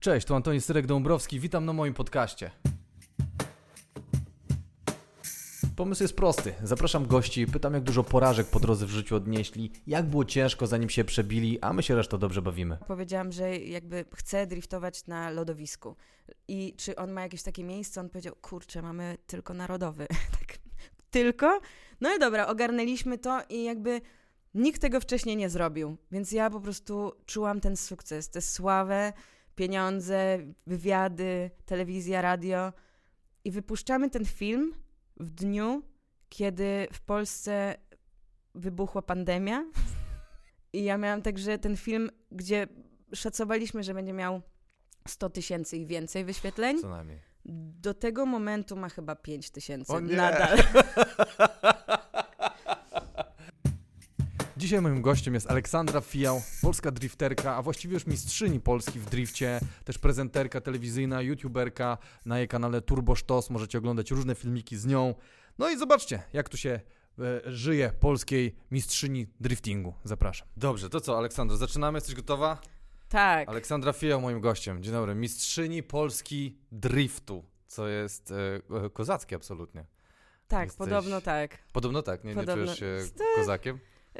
Cześć, tu Antoni Syrek-Dąbrowski, witam na moim podcaście. Pomysł jest prosty. Zapraszam gości, pytam jak dużo porażek po drodze w życiu odnieśli, jak było ciężko zanim się przebili, a my się resztą dobrze bawimy. Powiedziałam, że jakby chcę driftować na lodowisku i czy on ma jakieś takie miejsce, on powiedział, kurczę, mamy tylko narodowy. Tak, tylko? No i dobra, ogarnęliśmy to i jakby nikt tego wcześniej nie zrobił, więc ja po prostu czułam ten sukces, tę sławę, pieniądze, wywiady, telewizja, radio i wypuszczamy ten film w dniu, kiedy w Polsce wybuchła pandemia i ja miałam także ten film, gdzie szacowaliśmy, że będzie miał 100 000 i więcej wyświetleń. Co najmniej. Do tego momentu ma chyba 5 000. O nie! Nadal. Dzisiaj moim gościem jest Aleksandra Fijał, polska drifterka, a właściwie już mistrzyni Polski w drifcie, też prezenterka telewizyjna, youtuberka na jej kanale Turbo Sztos. Możecie oglądać różne filmiki z nią. No i zobaczcie, jak tu się żyje polskiej mistrzyni driftingu. Zapraszam. Dobrze, to co, Aleksandro, zaczynamy? Jesteś gotowa? Tak. Aleksandra Fijał moim gościem. Dzień dobry. Mistrzyni Polski driftu, co jest kozackie absolutnie. Tak, Jesteś... podobno tak. Podobno tak, nie czujesz się kozakiem?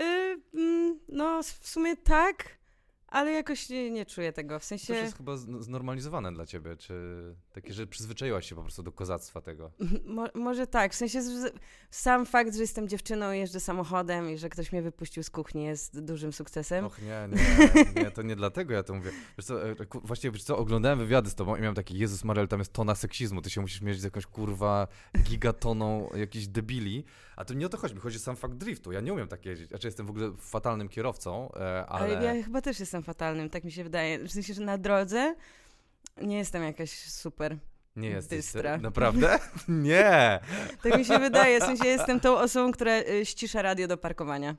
No, w sumie tak, ale jakoś nie czuję tego, w sensie... To już jest chyba znormalizowane dla ciebie, czy takie, że przyzwyczaiłaś się po prostu do kozactwa tego? Może tak, w sensie sam fakt, że jestem dziewczyną i jeżdżę samochodem i że ktoś mnie wypuścił z kuchni jest dużym sukcesem. Och nie, to nie dlatego ja to mówię. Wiesz co, oglądałem wywiady z tobą i miałem taki, Jezus Maria, tam jest tona seksizmu, ty się musisz mierzyć z jakąś kurwa gigatoną jakichś debili, a to nie o to chodzi, mi chodzi o sam fakt driftu, ja nie umiem tak jeździć, znaczy jestem w ogóle fatalnym kierowcą, ale ja chyba też jestem fatalnym, tak mi się wydaje, w sensie, że na drodze nie jestem jakaś super. Nie jesteś bystra. Naprawdę? Nie! Tak mi się wydaje, w sensie jestem tą osobą, która ścisza radio do parkowania.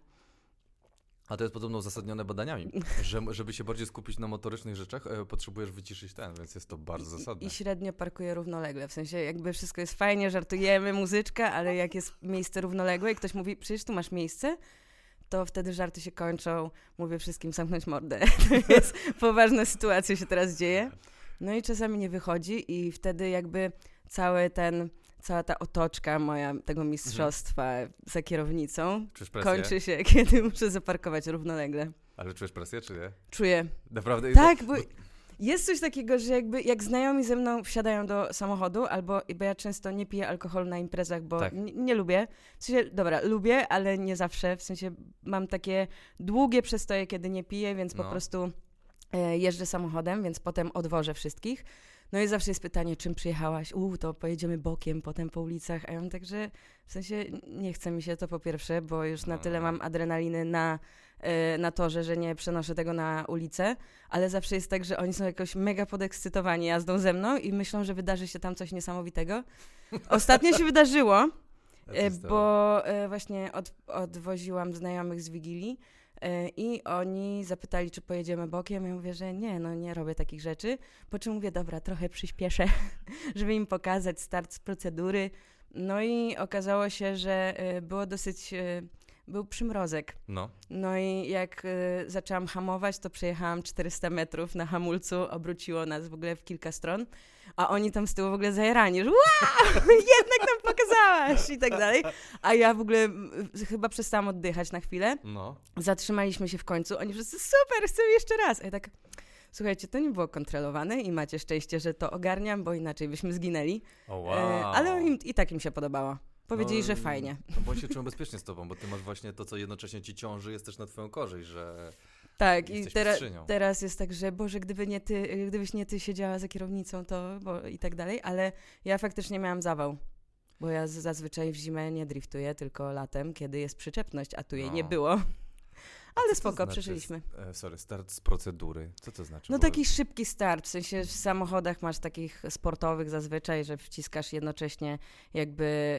A to jest podobno uzasadnione badaniami, że żeby się bardziej skupić na motorycznych rzeczach, potrzebujesz wyciszyć więc jest to bardzo zasadne. I średnio parkuję równolegle, w sensie jakby wszystko jest fajnie, żartujemy, muzyczka, ale jak jest miejsce równoległe i ktoś mówi, przecież tu masz miejsce, to wtedy żarty się kończą, mówię wszystkim zamknąć mordę. To jest poważna sytuacja się teraz dzieje. No i czasami nie wychodzi i wtedy jakby cała ta otoczka moja tego mistrzostwa za kierownicą kończy się, kiedy muszę zaparkować równolegle. Ale czujesz presję, czy nie? Czuję. Naprawdę? Tak, bo jest coś takiego, że jakby jak znajomi ze mną wsiadają do samochodu, bo ja często nie piję alkoholu na imprezach, bo tak. nie lubię. W sensie, dobra, lubię, ale nie zawsze. W sensie mam takie długie przestoje, kiedy nie piję, więc po prostu jeżdżę samochodem, więc potem odwożę wszystkich. No i zawsze jest pytanie, czym przyjechałaś? To pojedziemy bokiem, potem po ulicach. A ja mam tak, że w sensie nie chce mi się to po pierwsze, bo już na tyle mam adrenaliny na torze, że nie przenoszę tego na ulicę, ale zawsze jest tak, że oni są jakoś mega podekscytowani jazdą ze mną i myślą, że wydarzy się tam coś niesamowitego. Ostatnio się wydarzyło, bo właśnie odwoziłam znajomych z Wigilii i oni zapytali, czy pojedziemy bokiem. Ja mówię, że nie robię takich rzeczy. Po czym mówię, dobra, trochę przyspieszę, żeby im pokazać start z procedury. No i okazało się, że był przymrozek. No i jak zaczęłam hamować, to przejechałam 400 metrów na hamulcu, obróciło nas w ogóle w kilka stron, a oni tam z tyłu w ogóle zajarani, że wow, jednak nam pokazałaś i tak dalej. A ja w ogóle chyba przestałam oddychać na chwilę. Zatrzymaliśmy się w końcu, oni wszyscy super, chcę jeszcze raz. A ja tak, słuchajcie, to nie było kontrolowane i macie szczęście, że to ogarniam, bo inaczej byśmy zginęli. Ale i tak im się podobało. Powiedzieli, że fajnie. Bo się czują bezpiecznie z tobą, bo ty masz właśnie to, co jednocześnie ci ciąży, jest też na twoją korzyść, że tak, i teraz jest tak, że Boże, gdybyś nie ty siedziała za kierownicą, to i tak dalej, ale ja faktycznie miałam zawał, bo ja zazwyczaj w zimę nie driftuję, tylko latem, kiedy jest przyczepność, a tu jej nie było. Ale spoko, przeżyliśmy. Start z procedury. Co to znaczy? No taki szybki start, w sensie w samochodach masz takich sportowych zazwyczaj, że wciskasz jednocześnie jakby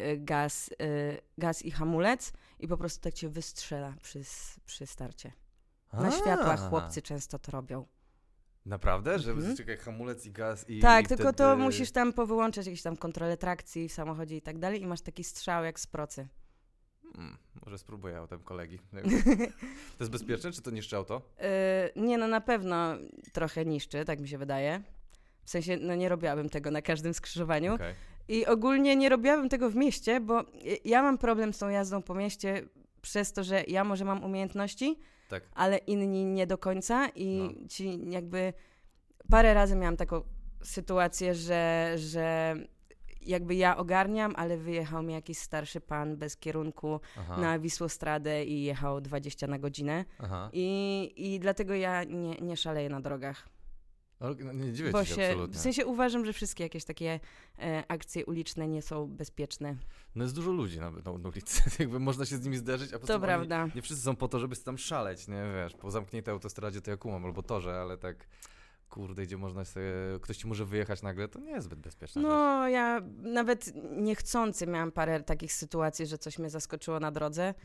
gaz i hamulec i po prostu tak cię wystrzela przy starcie. Na światłach chłopcy często to robią. Naprawdę? Że czekaj, hamulec i gaz i tak, i tylko wtedy... to musisz tam powyłączać jakieś tam kontrolę trakcji w samochodzie i tak dalej i masz taki strzał jak z procy. Może spróbuję autem kolegi. To jest bezpieczne, czy to niszczy auto? Nie, no na pewno trochę niszczy, tak mi się wydaje. W sensie, no nie robiłabym tego na każdym skrzyżowaniu. Okay. I ogólnie nie robiłabym tego w mieście, bo ja mam problem z tą jazdą po mieście przez to, że ja może mam umiejętności, tak. ale inni nie do końca i ci jakby parę razy miałam taką sytuację, że jakby ja ogarniam, ale wyjechał mi jakiś starszy pan bez kierunku na Wisłostradę i jechał 20 na godzinę. I dlatego ja nie szaleję na drogach. No, nie dziwię się absolutnie. W sensie uważam, że wszystkie jakieś takie akcje uliczne nie są bezpieczne. No jest dużo ludzi na ulicy, jakby można się z nimi zderzyć, a poza tym prawda. Nie wszyscy są po to, żeby tam szaleć, nie wiesz, po zamkniętej autostradzie to ja kumam, albo torze, ale tak kurde, gdzie można sobie, ktoś ci może wyjechać nagle, to nie jest zbyt bezpieczne. No, ja nawet niechcący miałam parę takich sytuacji, że coś mnie zaskoczyło na drodze,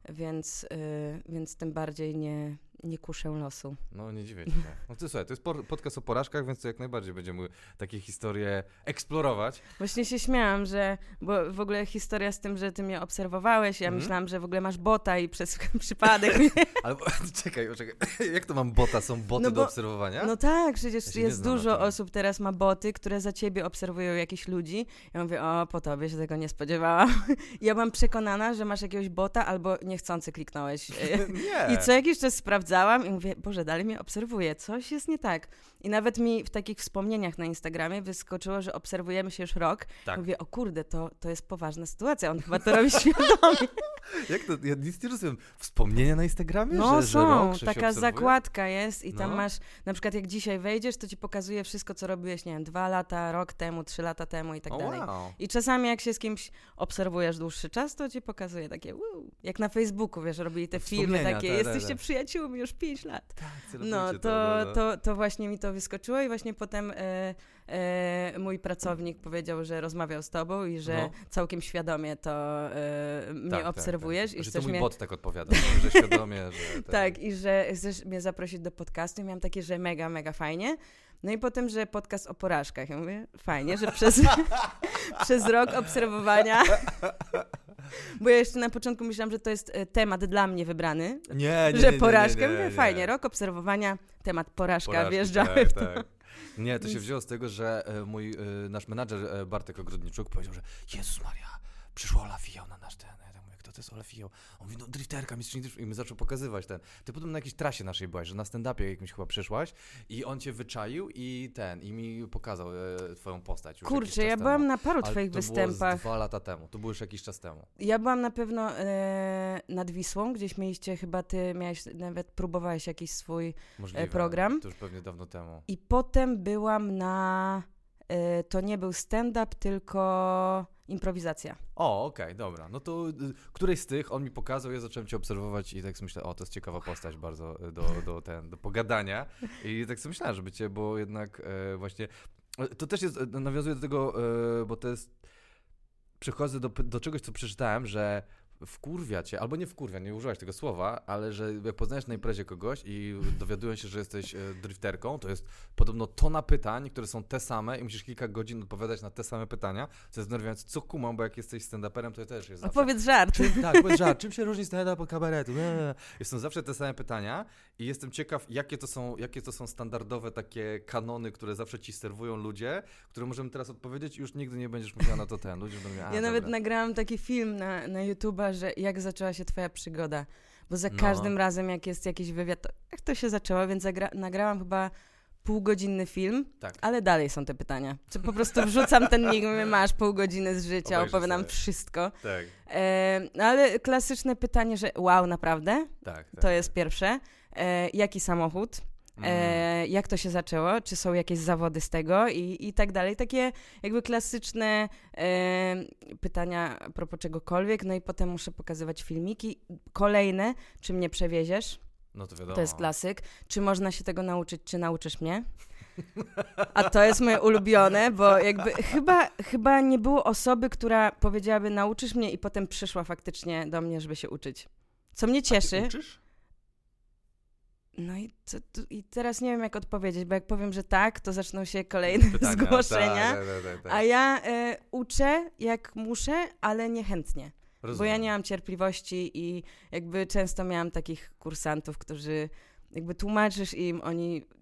więc tym bardziej nie kuszę losu. No, nie dziwię się. No to słuchaj, to jest podcast o porażkach, więc to jak najbardziej będziemy takie historie eksplorować. Właśnie się śmiałam, bo w ogóle historia z tym, że ty mnie obserwowałeś, ja myślałam, że w ogóle masz bota i przez przypadek. Ale czekaj, jak to mam bota? Są boty do obserwowania? No tak, przecież jest dużo osób teraz ma boty, które za ciebie obserwują jakichś ludzi. Ja mówię, po tobie się tego nie spodziewałam. Ja byłam przekonana, że masz jakiegoś bota albo niechcący kliknąłeś. Nie. I co jakiś czas sprawdzałam i mówię, Boże, dalej mnie obserwuje, coś jest nie tak. I nawet mi w takich wspomnieniach na Instagramie wyskoczyło, że obserwujemy się już rok. Tak. Mówię, o kurde, to jest poważna sytuacja, on chyba to robi świadomie. Jak to? Ja nic nie rozumiem. Wspomnienia na Instagramie? No że są, rok, taka zakładka jest i tam masz, na przykład jak dzisiaj wejdziesz, to ci pokazuje wszystko, co robiłeś, nie wiem, 2 lata, rok temu, 3 lata temu i tak dalej. Wow. I czasami jak się z kimś obserwujesz dłuższy czas, to ci pokazuje takie jak na Facebooku, wiesz, robili te filmy takie, jesteście przyjaciółmi już 5 lat. Tak, no, to właśnie mi to wyskoczyło i właśnie potem mój pracownik powiedział, że rozmawiał z tobą i że całkiem świadomie to mnie obserwujesz. Tak. I że to mój bot tak odpowiada, że świadomie, że... Tak, i że chcesz mnie zaprosić do podcastu. I miałam takie, że mega, mega fajnie. No i potem, że podcast o porażkach. Ja mówię, fajnie, że przez rok obserwowania... Bo ja jeszcze na początku myślałam, że to jest temat dla mnie wybrany. Nie. Że porażkę. Mówię, fajnie, rok obserwowania, temat porażka, wjeżdżamy w to. Tak. Nie, to się wzięło z tego, że nasz menadżer Bartek Ogrodniczuk powiedział, że Jezus Maria, przyszła Ola Fijał na nasz ten. Ja tak mówię, kto to jest Ola Fijał? On mówi, no drifterka, mistrzyni drifterka. I my zaczął pokazywać ten. Ty podobno na jakiejś trasie naszej byłaś, że na stand-upie jakimś chyba przyszłaś i on cię wyczaił i mi pokazał twoją postać. Już kurczę, ja byłam na paru twoich występach. To było 2 lata temu, to było już jakiś czas temu. Ja byłam na pewno nad Wisłą, gdzieś mieliście, chyba ty nawet próbowałeś jakiś swój program. To już pewnie dawno temu. I potem byłam na, to nie był stand-up, tylko improwizacja. O, okej, dobra. No to którejś z tych on mi pokazał, ja zacząłem cię obserwować i tak sobie myślę, to jest ciekawa postać bardzo do pogadania. I tak sobie myślałem, żeby cię, bo jednak właśnie, to też jest, nawiązuje do tego, bo to jest, przychodzę do czegoś, co przeczytałem, że wkurwia cię, albo nie wkurwia, nie użyłaś tego słowa, ale że jak poznajesz na imprezie kogoś i dowiadują się, że jesteś drifterką, to jest podobno tona pytań, które są te same i musisz kilka godzin odpowiadać na te same pytania, co jest denerwujące. Co kumam, bo jak jesteś stand-uperem, to też jest zawsze... Opowiedz żart. Powiedz żart. Czym się różni stand-up od kabaretu? Są zawsze te same pytania i jestem ciekaw, jakie to są standardowe takie kanony, które zawsze ci serwują ludzie, które możemy teraz odpowiedzieć i już nigdy nie będziesz mówiła na to ten. Ludzie będą ja nawet nagrałam taki film na YouTube'a, że jak zaczęła się twoja przygoda. Bo za każdym razem, jak jest jakiś wywiad, to jak to się zaczęło, więc nagrałam chyba półgodzinny film, ale dalej są te pytania. Czy po prostu wrzucam ten link, masz pół godziny z życia, opowiadam wszystko. Tak. Ale klasyczne pytanie, że wow, naprawdę? Tak. To jest pierwsze. Jaki samochód? Jak to się zaczęło, czy są jakieś zawody z tego i tak dalej. Takie jakby klasyczne pytania a propos czegokolwiek, no i potem muszę pokazywać filmiki. Kolejne, czy mnie przewieziesz? No to wiadomo. To jest klasyk. Czy można się tego nauczyć, czy nauczysz mnie? A to jest moje ulubione, bo jakby chyba nie było osoby, która powiedziałaby nauczysz mnie i potem przyszła faktycznie do mnie, żeby się uczyć. Co mnie cieszy. A ty uczysz? No i teraz nie wiem, jak odpowiedzieć, bo jak powiem, że tak, to zaczną się kolejne zgłoszenia, tak. A ja uczę jak muszę, ale niechętnie. Rozumiem. Bo ja nie mam cierpliwości i jakby często miałam takich kursantów, którzy jakby tłumaczysz im, oni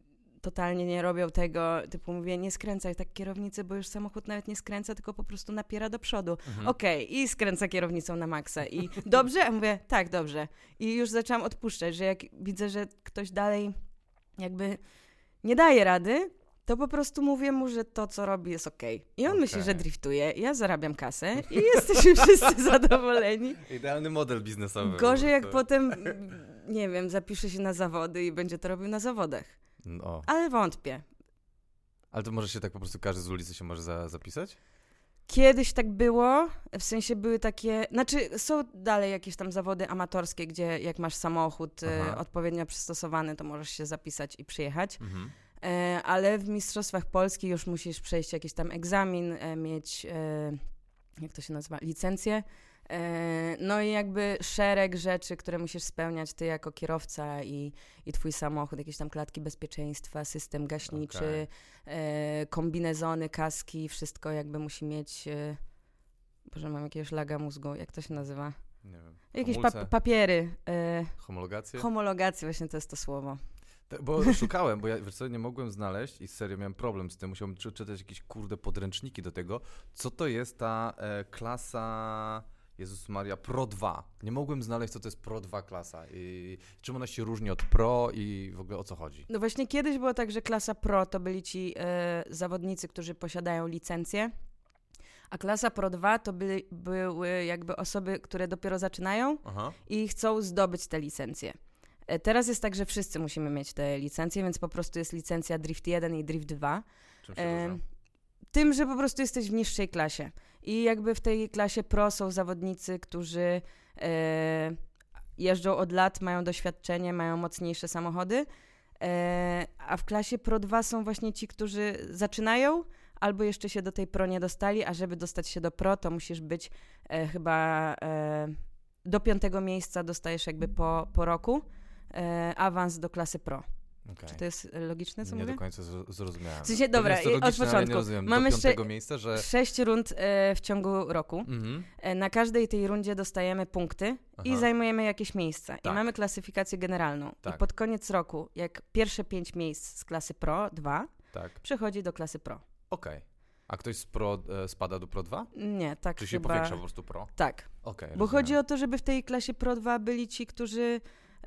totalnie nie robią tego, typu mówię, nie skręcaj tak kierownicy, bo już samochód nawet nie skręca, tylko po prostu napiera do przodu. Okej, i skręca kierownicą na maksa. I dobrze? A mówię, tak, dobrze. I już zaczęłam odpuszczać, że jak widzę, że ktoś dalej jakby nie daje rady, to po prostu mówię mu, że to, co robi, jest okej. I on myśli, że driftuje, ja zarabiam kasę i jesteśmy wszyscy zadowoleni. Idealny model biznesowy. Gorzej jak potem, nie wiem, zapisze się na zawody i będzie to robił na zawodach. No. Ale wątpię. Ale to może się tak po prostu każdy z ulicy się może zapisać? Kiedyś tak było, w sensie były takie, znaczy są dalej jakieś tam zawody amatorskie, gdzie jak masz samochód odpowiednio przystosowany, to możesz się zapisać i przyjechać. Ale w Mistrzostwach Polski już musisz przejść jakiś tam egzamin, mieć, jak to się nazywa, licencję. No i jakby szereg rzeczy, które musisz spełniać ty jako kierowca i twój samochód, jakieś tam klatki bezpieczeństwa, system gaśniczy, kombinezony, kaski, wszystko jakby musi mieć, Boże, mam jakiegoś laga mózgu, jak to się nazywa? Nie wiem. Jakieś papiery. Homologacje? Homologacje, właśnie to jest to słowo. Bo szukałem, bo ja wiesz co, nie mogłem znaleźć i serio miałem problem z tym, musiałem czytać jakieś podręczniki do tego, co to jest ta klasa, Jezus Maria, Pro 2. Nie mogłem znaleźć, co to jest Pro 2 klasa i czym ona się różni od Pro i w ogóle o co chodzi. No właśnie kiedyś było tak, że klasa Pro to byli ci zawodnicy, którzy posiadają licencję, a klasa Pro 2 to były jakby osoby, które dopiero zaczynają i chcą zdobyć te licencje. Teraz jest tak, że wszyscy musimy mieć te licencje, więc po prostu jest licencja Drift 1 i Drift 2. Czym się różnią? Tym, że po prostu jesteś w niższej klasie. I jakby w tej klasie Pro są zawodnicy, którzy jeżdżą od lat, mają doświadczenie, mają mocniejsze samochody, a w klasie Pro 2 są właśnie ci, którzy zaczynają, albo jeszcze się do tej Pro nie dostali, a żeby dostać się do Pro, to musisz być chyba do 5. miejsca dostajesz jakby po roku. Awans do klasy Pro. Okay. Czy to jest logiczne, co nie mówię? Nie do końca zrozumiałem. W sensie, dobra, od początku. Mamy do 5. miejsca, że 6 rund w ciągu roku. Na każdej tej rundzie dostajemy punkty i zajmujemy jakieś miejsca. I mamy klasyfikację generalną. I pod koniec roku, jak pierwsze 5 miejsc z klasy Pro 2 przechodzi do klasy Pro. Okej. A ktoś z Pro spada do Pro 2? Nie, tak Czy się powiększa po prostu Pro? Tak. Okay, bo chodzi o to, żeby w tej klasie Pro 2 byli ci, którzy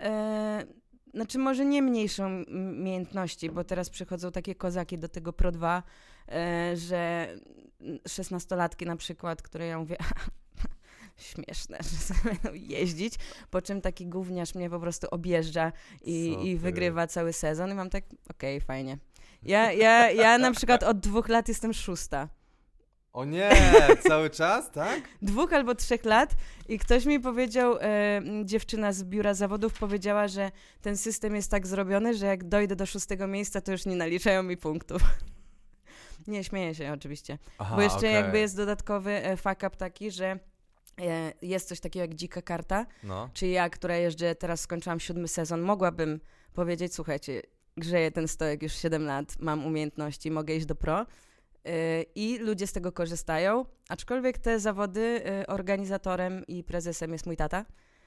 znaczy może nie mniejszą umiejętności, bo teraz przychodzą takie kozaki do tego Pro 2, że 16-latki na przykład, które ja mówię śmieszne, że sobie będą jeździć, po czym taki gówniarz mnie po prostu objeżdża i wygrywa cały sezon i mam tak, okej, fajnie. Ja na przykład od 2 lat jestem 6. O nie, cały czas, tak? 2 albo 3 lat i ktoś mi powiedział, dziewczyna z biura zawodów powiedziała, że ten system jest tak zrobiony, że jak dojdę do 6. miejsca, to już nie naliczają mi punktów. Nie, śmieję się oczywiście. Aha, bo jeszcze jakby jest dodatkowy fuck up taki, że jest coś takiego jak dzika karta, czyli ja, która jeżdżę, teraz skończyłam 7. sezon, mogłabym powiedzieć, słuchajcie, grzeję ten stojek już 7 lat, mam umiejętności, mogę iść do pro. I ludzie z tego korzystają, aczkolwiek te zawody organizatorem i prezesem jest mój tata.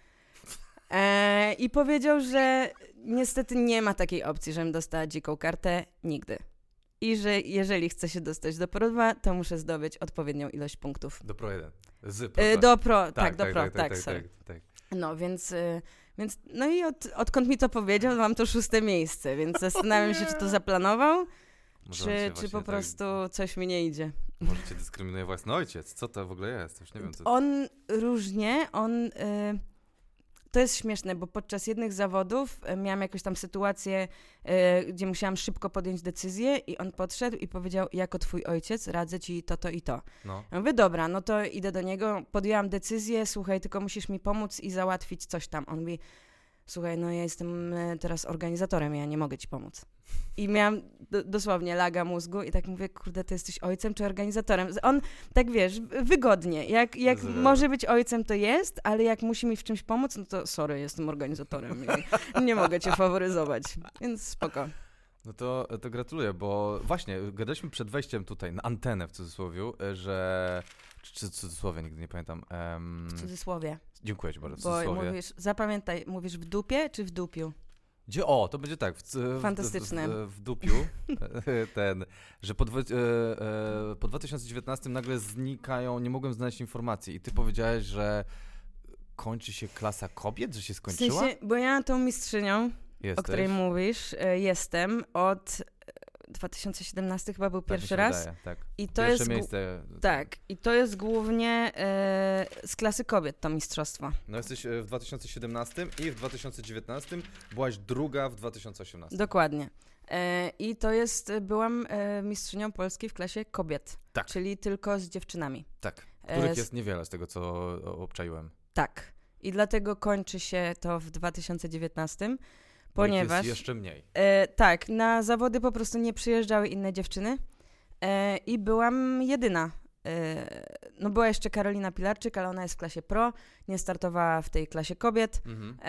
I powiedział, że niestety nie ma takiej opcji, żebym dostała dziką kartę nigdy. I że jeżeli chcę się dostać do Pro 2, to muszę zdobyć odpowiednią ilość punktów. Do Pro 1. Z Pro 2. Do Pro, sorry. No, więc no i odkąd mi to powiedział, mam to 6. miejsce, więc zastanawiam się, czy to zaplanował, czy po prostu coś mi nie idzie. Może cię dyskryminuje własny ojciec. Co to w ogóle jest? Już nie wiem, co... On różnie, to jest śmieszne, bo podczas jednych zawodów miałam jakąś tam sytuację, gdzie musiałam szybko podjąć decyzję i on podszedł i powiedział, jako twój ojciec radzę ci to i to. No. Ja mówię, dobra, no to idę do niego, podjęłam decyzję, słuchaj, tylko musisz mi pomóc i załatwić coś tam. On mówi, słuchaj, no ja jestem teraz organizatorem, ja nie mogę ci pomóc. I miałam dosłownie laga mózgu i tak mówię, kurde, ty jesteś ojcem czy organizatorem? On, tak wiesz, wygodnie. Jak może być ojcem, to jest, ale jak musi mi w czymś pomóc, no to sorry, jestem organizatorem i nie mogę cię faworyzować. Więc spoko. No to gratuluję, bo właśnie gadaliśmy przed wejściem tutaj na antenę w cudzysłowiu, że... Czy cudzysłowie, nigdy nie pamiętam. W cudzysłowie. Dziękuję ci bardzo. Bo mówisz, zapamiętaj, mówisz w dupie czy w dupiu? To będzie tak, Fantastyczne. w dupiu, że po 2019 nagle znikają, nie mogłem znaleźć informacji i ty powiedziałeś, że kończy się klasa kobiet, że się skończyła? W sensie, bo ja tą mistrzynią, o której mówisz, jestem od 2017 chyba był pierwszy raz. Wydaje, tak. I to pierwsze jest miejsce. Tak, i to jest głównie z klasy kobiet to mistrzostwo. No jesteś w 2017 i w 2019 byłaś druga w 2018. Dokładnie. I byłam mistrzynią Polski w klasie kobiet, tak. Czyli tylko z dziewczynami. Tak, których jest niewiele z tego, co obczaiłem. Tak. I dlatego kończy się to w 2019, ponieważ... Jest jeszcze mniej. Tak, na zawody po prostu nie przyjeżdżały inne dziewczyny i byłam jedyna. No była jeszcze Karolina Pilarczyk, ale ona jest w klasie pro, nie startowała w tej klasie kobiet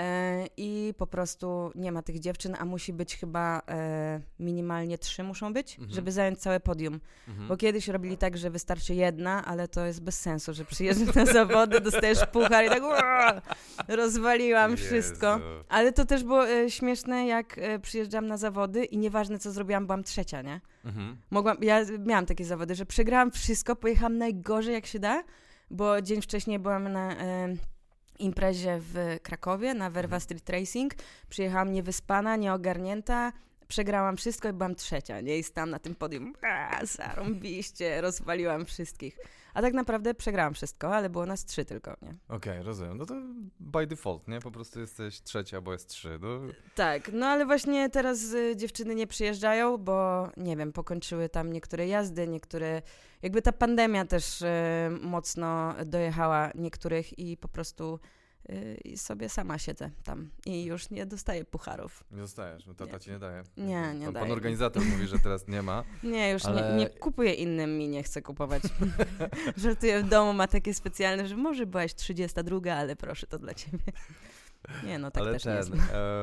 i po prostu nie ma tych dziewczyn, a musi być chyba minimalnie 3 muszą być, żeby zająć całe podium. Bo kiedyś robili tak, że wystarczy jedna, ale to jest bez sensu, że przyjeżdżasz na zawody, dostajesz puchar i tak rozwaliłam wszystko. Ale to też było śmieszne, jak przyjeżdżam na zawody i nieważne co zrobiłam, byłam trzecia, nie? Ja miałam takie zawody, że przegrałam wszystko, pojechałam najgorzej jak się da, bo dzień wcześniej byłam na imprezie w Krakowie, na Verva Street Racing. Przyjechałam niewyspana, nieogarnięta, przegrałam wszystko i byłam trzecia, nie? I stałam na tym podium, zarąbiście, rozwaliłam wszystkich. A tak naprawdę przegrałam wszystko, ale było nas 3 tylko, nie? Okej, rozumiem. No to by default, nie? Po prostu jesteś trzecia, bo jest 3. No. Tak, no ale właśnie teraz dziewczyny nie przyjeżdżają, bo nie wiem, pokończyły tam niektóre jazdy, niektóre... Jakby ta pandemia też mocno dojechała niektórych i po prostu sobie sama siedzę tam i już nie dostaję pucharów. Nie dostajesz, bo tata ci nie daje. Nie daje. Pan organizator mówi, że teraz nie ma. Nie, już ale... nie kupuję innym i nie chcę kupować. Żartuję, w domu ma takie specjalne, że może byłaś 32, ale proszę, to dla ciebie. Nie, no tak ale też nie jest.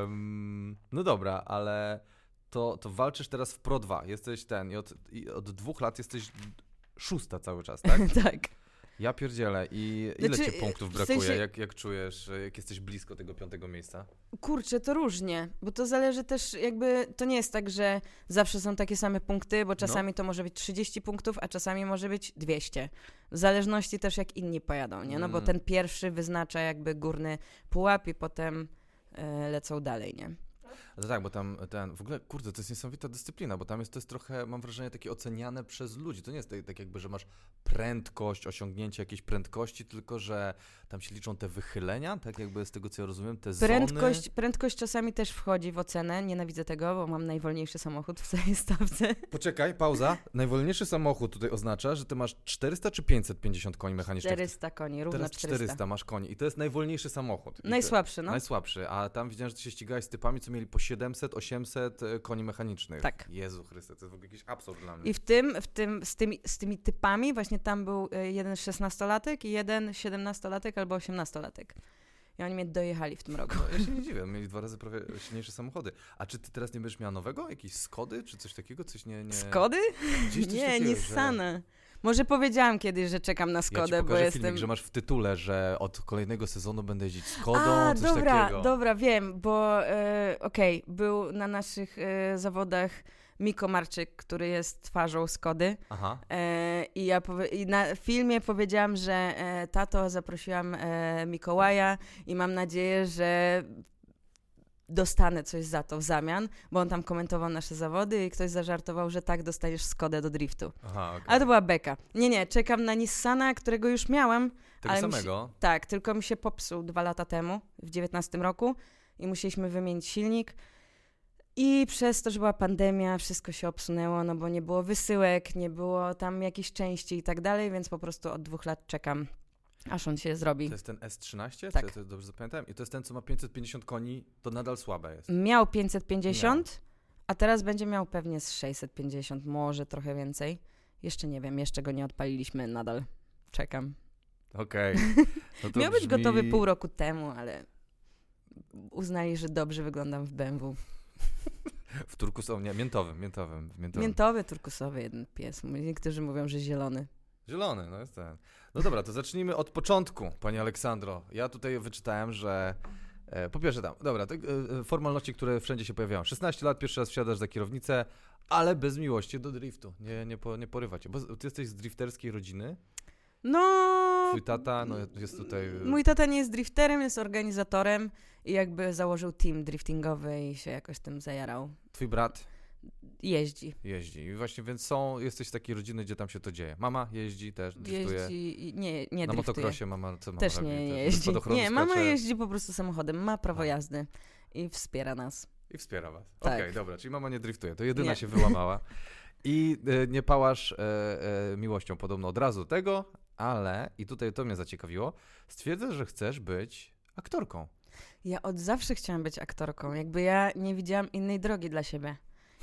No dobra, ale to walczysz teraz w Pro 2. Jesteś i od 2 lat jesteś 6 cały czas, tak? Tak. Ja pierdzielę. I ile ci punktów brakuje, w sensie... jak czujesz, jak jesteś blisko tego 5. miejsca? Kurczę, to różnie, bo to zależy też jakby, to nie jest tak, że zawsze są takie same punkty, bo czasami to może być 30 punktów, a czasami może być 200. W zależności też jak inni pojadą, nie? No bo ten pierwszy wyznacza jakby górny pułap i potem lecą dalej, nie? No tak, bo tam w ogóle, kurde, to jest niesamowita dyscyplina, bo tam to jest trochę, mam wrażenie, takie oceniane przez ludzi. To nie jest tak jakby, że masz prędkość, osiągnięcie jakiejś prędkości, tylko że tam się liczą te wychylenia, tak jakby z tego, co ja rozumiem, te zony. Prędkość czasami też wchodzi w ocenę, nienawidzę tego, bo mam najwolniejszy samochód w całej stawce. Poczekaj, pauza. Najwolniejszy samochód tutaj oznacza, że ty masz 400 czy 550 koni mechanicznych? 400 koni, równo teraz 400. 400 masz koni i to jest najwolniejszy samochód. Najsłabszy, no. Najsłabszy, a tam widziałem, że ty się ścigałeś z typami, co mieli po 700, 800 koni mechanicznych. Tak. Jezu Chryste, to jest w ogóle jakiś absurd dla mnie. I z tymi typami właśnie tam był jeden 16-latek i jeden 17-latek albo 18-latek. I oni mnie dojechali w tym roku. No, ja się nie dziwię, mieli 2 razy prawie silniejsze samochody. A czy ty teraz nie będziesz miała nowego? Jakieś Skody czy coś takiego? Coś nie... Skody? Nie, Nissana. Że... Może powiedziałam kiedyś, że czekam na Skodę, ja ci bo jestem... filmik, że masz w tytule, że od kolejnego sezonu będę jeździć Skodą, coś takiego. Dobra, wiem, bo był na naszych zawodach Miko Marczyk, który jest twarzą Skody. Aha. I na filmie powiedziałam, że tato, zaprosiłam Mikołaja i mam nadzieję, że dostanę coś za to w zamian, bo on tam komentował nasze zawody i ktoś zażartował, że tak, dostaniesz Skodę do driftu. Aha, okay. Ale to była beka. Nie, czekam na Nissana, którego już miałam. Tego samego? Tak, tylko mi się popsuł 2 lata temu, w 19 roku i musieliśmy wymienić silnik. I przez to, że była pandemia, wszystko się obsunęło, no bo nie było wysyłek, nie było tam jakichś części i tak dalej, więc po prostu od 2 lat czekam, aż on się zrobi. To jest ten S13? Tak. Czy to dobrze zapamiętałem? I to jest ten, co ma 550 koni, to nadal słabe jest. Miał 550, a teraz będzie miał pewnie z 650, może trochę więcej. Jeszcze nie wiem, jeszcze go nie odpaliliśmy, nadal czekam. Okej. No miał być gotowy pół roku temu, ale uznali, że dobrze wyglądam w BMW. W turkusowym, nie, miętowym. Miętowy, turkusowy, jeden pies. Niektórzy mówią, że zielony. Zielony, no jest ten. No dobra, to zacznijmy od początku, pani Aleksandro. Ja tutaj wyczytałem, że Po pierwsze dobra, formalności, które wszędzie się pojawiają. 16 lat, pierwszy raz wsiadasz za kierownicę, ale bez miłości do driftu. Nie porywa cię. Bo ty jesteś z drifterskiej rodziny? No... Twój tata jest tutaj... Mój tata nie jest drifterem, jest organizatorem i jakby założył team driftingowy i się jakoś tym zajarał. Twój brat? Jeździ. I właśnie, więc jesteś z takiej rodziny, gdzie tam się to dzieje. Mama jeździ też, driftuje. Jeździ, nie Na driftuje. motocrossie mama, co mama też robi? nie jeździ. Nie, mama skacze. jeździ po prostu samochodem, ma prawo jazdy i wspiera nas. I wspiera was. Tak. Okej, dobra, czyli mama nie driftuje, to jedyna się wyłamała. I nie pałasz miłością podobno od razu tego, ale, i tutaj to mnie zaciekawiło, stwierdzasz, że chcesz być aktorką. Ja od zawsze chciałam być aktorką. Jakby ja nie widziałam innej drogi dla siebie.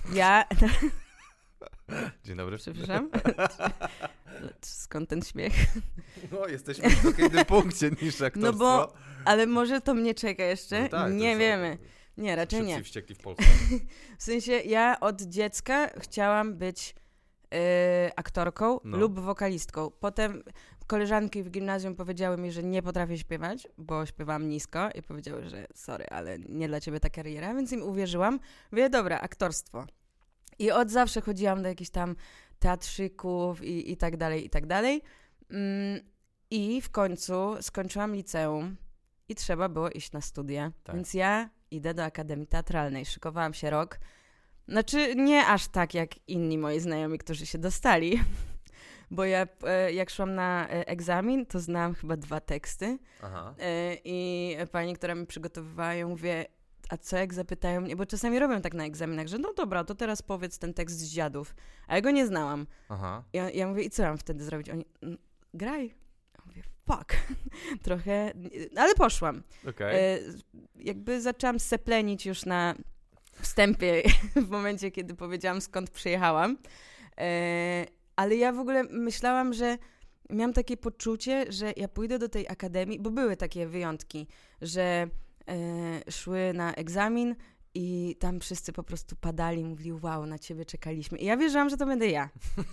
Dzień dobry. Przepraszam. Skąd ten śmiech? No, jesteśmy w trochę innym punkcie niż aktorstwo. No bo, ale może to mnie czeka jeszcze? No tak, nie wiemy. Nie, raczej nie. Wściekli w Polsce. W sensie ja od dziecka chciałam być aktorką lub wokalistką. Potem koleżanki w gimnazjum powiedziały mi, że nie potrafię śpiewać, bo śpiewam nisko i powiedziały, że sorry, ale nie dla ciebie ta kariera, więc im uwierzyłam. Mówię, dobra, aktorstwo. I od zawsze chodziłam do jakichś tam teatrzyków i tak dalej, i tak dalej. I w końcu skończyłam liceum i trzeba było iść na studia. Tak. Więc ja idę do Akademii Teatralnej. Szykowałam się rok. Znaczy nie aż tak jak inni moi znajomi, którzy się dostali. Bo ja jak szłam na egzamin, to znałam chyba 2 teksty. Aha. I pani, która mi przygotowywała, ją mówię, a co jak zapytają mnie, bo czasami robią tak na egzaminach, że no dobra, to teraz powiedz ten tekst z Dziadów. A ja go nie znałam. Aha. Ja mówię, i co mam wtedy zrobić? Oni, graj. Ja mówię, fuck. Trochę, ale poszłam. Okay. Jakby zaczęłam seplenić już na wstępie, w momencie, kiedy powiedziałam, skąd przyjechałam. Ale ja w ogóle myślałam, że miałam takie poczucie, że ja pójdę do tej akademii, bo były takie wyjątki, że szły na egzamin i tam wszyscy po prostu padali i mówili, wow, na ciebie czekaliśmy. I ja wierzyłam, że to będę ja.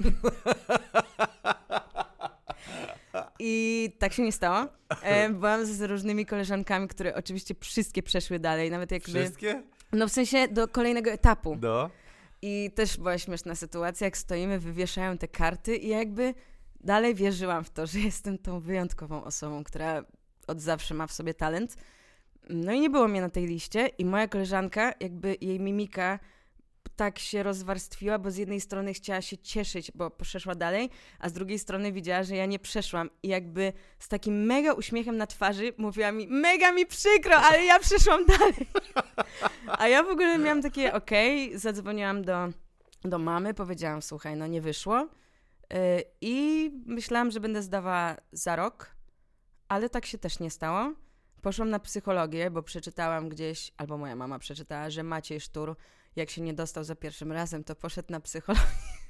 I tak się nie stało. Byłam z różnymi koleżankami, które oczywiście wszystkie przeszły dalej. Nawet jakby... Wszystkie? No w sensie do kolejnego etapu. No. I też była śmieszna sytuacja, jak stoimy, wywieszają te karty i jakby dalej wierzyłam w to, że jestem tą wyjątkową osobą, która od zawsze ma w sobie talent. No i nie było mnie na tej liście i moja koleżanka, jakby jej mimika tak się rozwarstwiła, bo z jednej strony chciała się cieszyć, bo przeszła dalej, a z drugiej strony widziała, że ja nie przeszłam i jakby z takim mega uśmiechem na twarzy mówiła mi, mega mi przykro, ale ja przeszłam dalej. A ja w ogóle miałam takie, zadzwoniłam do mamy, powiedziałam, słuchaj, no nie wyszło i myślałam, że będę zdawała za rok, ale tak się też nie stało. Poszłam na psychologię, bo przeczytałam gdzieś, albo moja mama przeczytała, że Maciej Sztur, jak się nie dostał za pierwszym razem, to poszedł na psychologię.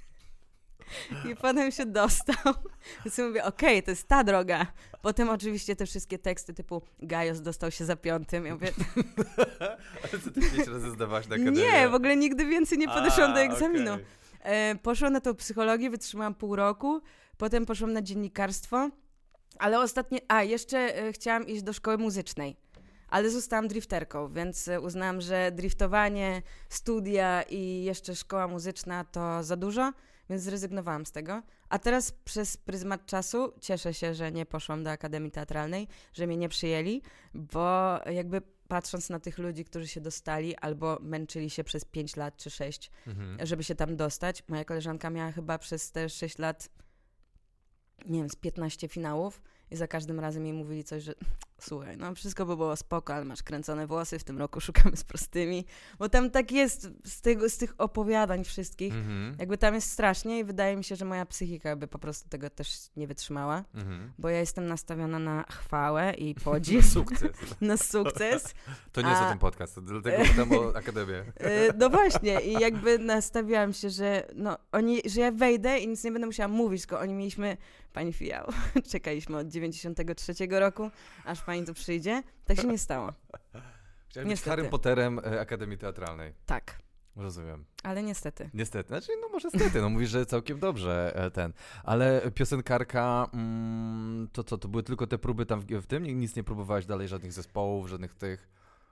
I potem się dostał. Więc mówię, to jest ta droga. Potem oczywiście te wszystkie teksty typu Gajos dostał się za 5. Ja mówię... Ale co ty 5 razy zdawałaś na akademię? Nie, w ogóle nigdy więcej nie podeszłam do egzaminu. Poszłam na tą psychologię, wytrzymałam pół roku. Potem poszłam na dziennikarstwo. Ale ostatnie... jeszcze chciałam iść do szkoły muzycznej. Ale zostałam drifterką, więc uznałam, że driftowanie, studia i jeszcze szkoła muzyczna to za dużo, więc zrezygnowałam z tego. A teraz przez pryzmat czasu cieszę się, że nie poszłam do Akademii Teatralnej, że mnie nie przyjęli, bo jakby patrząc na tych ludzi, którzy się dostali albo męczyli się przez 5 lat czy 6, żeby się tam dostać. Moja koleżanka miała chyba przez te 6 lat, nie wiem, z 15 finałów. I za każdym razem jej mówili coś, że słuchaj, no wszystko by było spoko, ale masz kręcone włosy, w tym roku szukamy z prostymi. Bo tam tak jest z tych opowiadań wszystkich. Jakby tam jest strasznie i wydaje mi się, że moja psychika by po prostu tego też nie wytrzymała. Bo ja jestem nastawiona na chwałę i podziw. Na sukces. To nie jest o tym podcast, dlatego pytam o Akademię. No właśnie i jakby nastawiałam się, że że ja wejdę i nic nie będę musiała mówić, tylko oni mieliśmy, pani Fijał, czekaliśmy od 93 roku, aż pani tu przyjdzie. Tak się nie stało. Chciałem być Harrym Potterem Akademii Teatralnej. Tak. Rozumiem. Ale niestety. Niestety. Znaczy, może niestety. Mówisz, że całkiem dobrze Ale piosenkarka, to co? To były tylko te próby tam w tym? Nic nie próbowałaś dalej, żadnych zespołów, żadnych tych?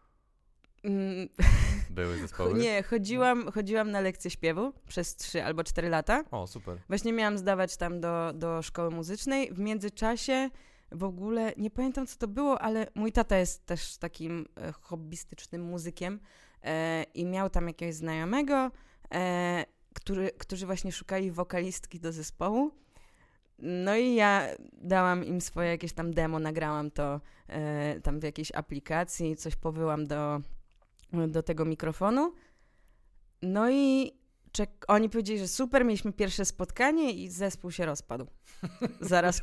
Były zespoły? Nie, chodziłam na lekcje śpiewu przez 3 albo 4 lata. O, super. Właśnie miałam zdawać tam do szkoły muzycznej. W międzyczasie w ogóle, nie pamiętam co to było, ale mój tata jest też takim hobbystycznym muzykiem i miał tam jakiegoś znajomego, którzy właśnie szukali wokalistki do zespołu. No i ja dałam im swoje jakieś tam demo, nagrałam to tam w jakiejś aplikacji, coś powyłam do tego mikrofonu. No i oni powiedzieli, że super, mieliśmy pierwsze spotkanie i zespół się rozpadł. Zaraz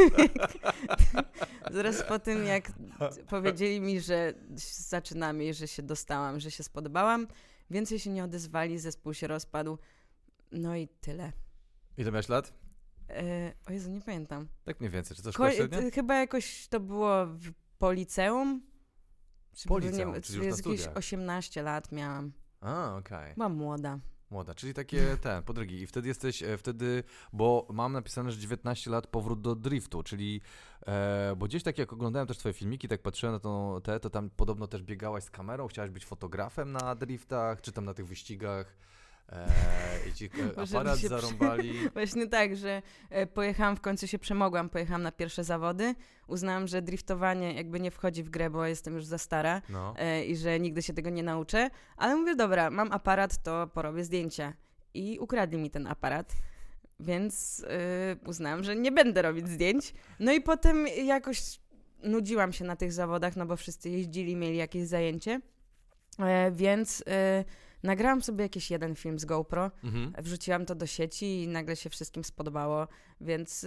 po tym, jak powiedzieli mi, że zaczynamy, że się dostałam, że się spodobałam. Więcej się nie odezwali, zespół się rozpadł. No i tyle. Ile miałeś lat? O Jezu, nie pamiętam. Tak mniej więcej, czy to szkoła średnia? Chyba jakoś to było po liceum. Czyli już na studiach. Jakieś 18 lat miałam. A, okej. Byłam młoda. Czyli takie podrygi. I wtedy jesteś, bo mam napisane, że 19 lat powrót do driftu, czyli, bo gdzieś tak jak oglądałem też twoje filmiki, tak patrzyłem na to tam podobno też biegałaś z kamerą, chciałaś być fotografem na driftach, czy tam na tych wyścigach. I ci aparat zarąbali. Właśnie tak, że pojechałam, w końcu się przemogłam, pojechałam na pierwsze zawody, uznałam, że driftowanie jakby nie wchodzi w grę, bo jestem już za stara i że nigdy się tego nie nauczę, ale mówię, dobra, mam aparat, to porobię zdjęcia i ukradli mi ten aparat, więc uznałam, że nie będę robić zdjęć. No i potem jakoś nudziłam się na tych zawodach, no bo wszyscy jeździli, mieli jakieś zajęcie, więc nagrałam sobie jakiś jeden film z GoPro, wrzuciłam to do sieci i nagle się wszystkim spodobało, więc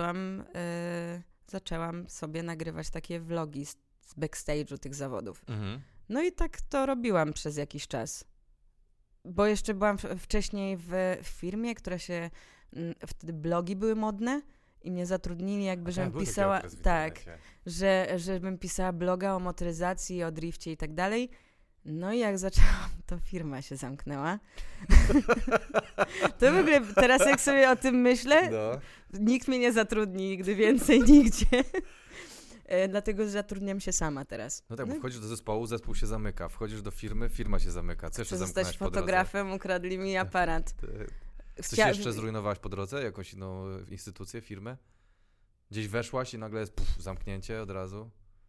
zaczęłam sobie nagrywać takie vlogi z backstage'u tych zawodów. No i tak to robiłam przez jakiś czas. Bo jeszcze byłam wcześniej w firmie, która się... Wtedy blogi były modne i mnie zatrudnili jakby, żebym pisała... Tak, żebym pisała bloga o motoryzacji, o drifcie i tak dalej. No i jak zaczęłam, to firma się zamknęła. To w ogóle teraz jak sobie o tym myślę, nikt mnie nie zatrudni nigdy więcej, nigdzie. Dlatego zatrudniam się sama teraz. No tak, bo wchodzisz do zespołu, zespół się zamyka. Wchodzisz do firmy, firma się zamyka. Co jeszcze zamknąłeś po drodze? Fotografem, ukradli mi aparat. Coś jeszcze zrujnowałaś po drodze? Jakąś inną instytucję, firmę? Gdzieś weszłaś i nagle jest zamknięcie od razu?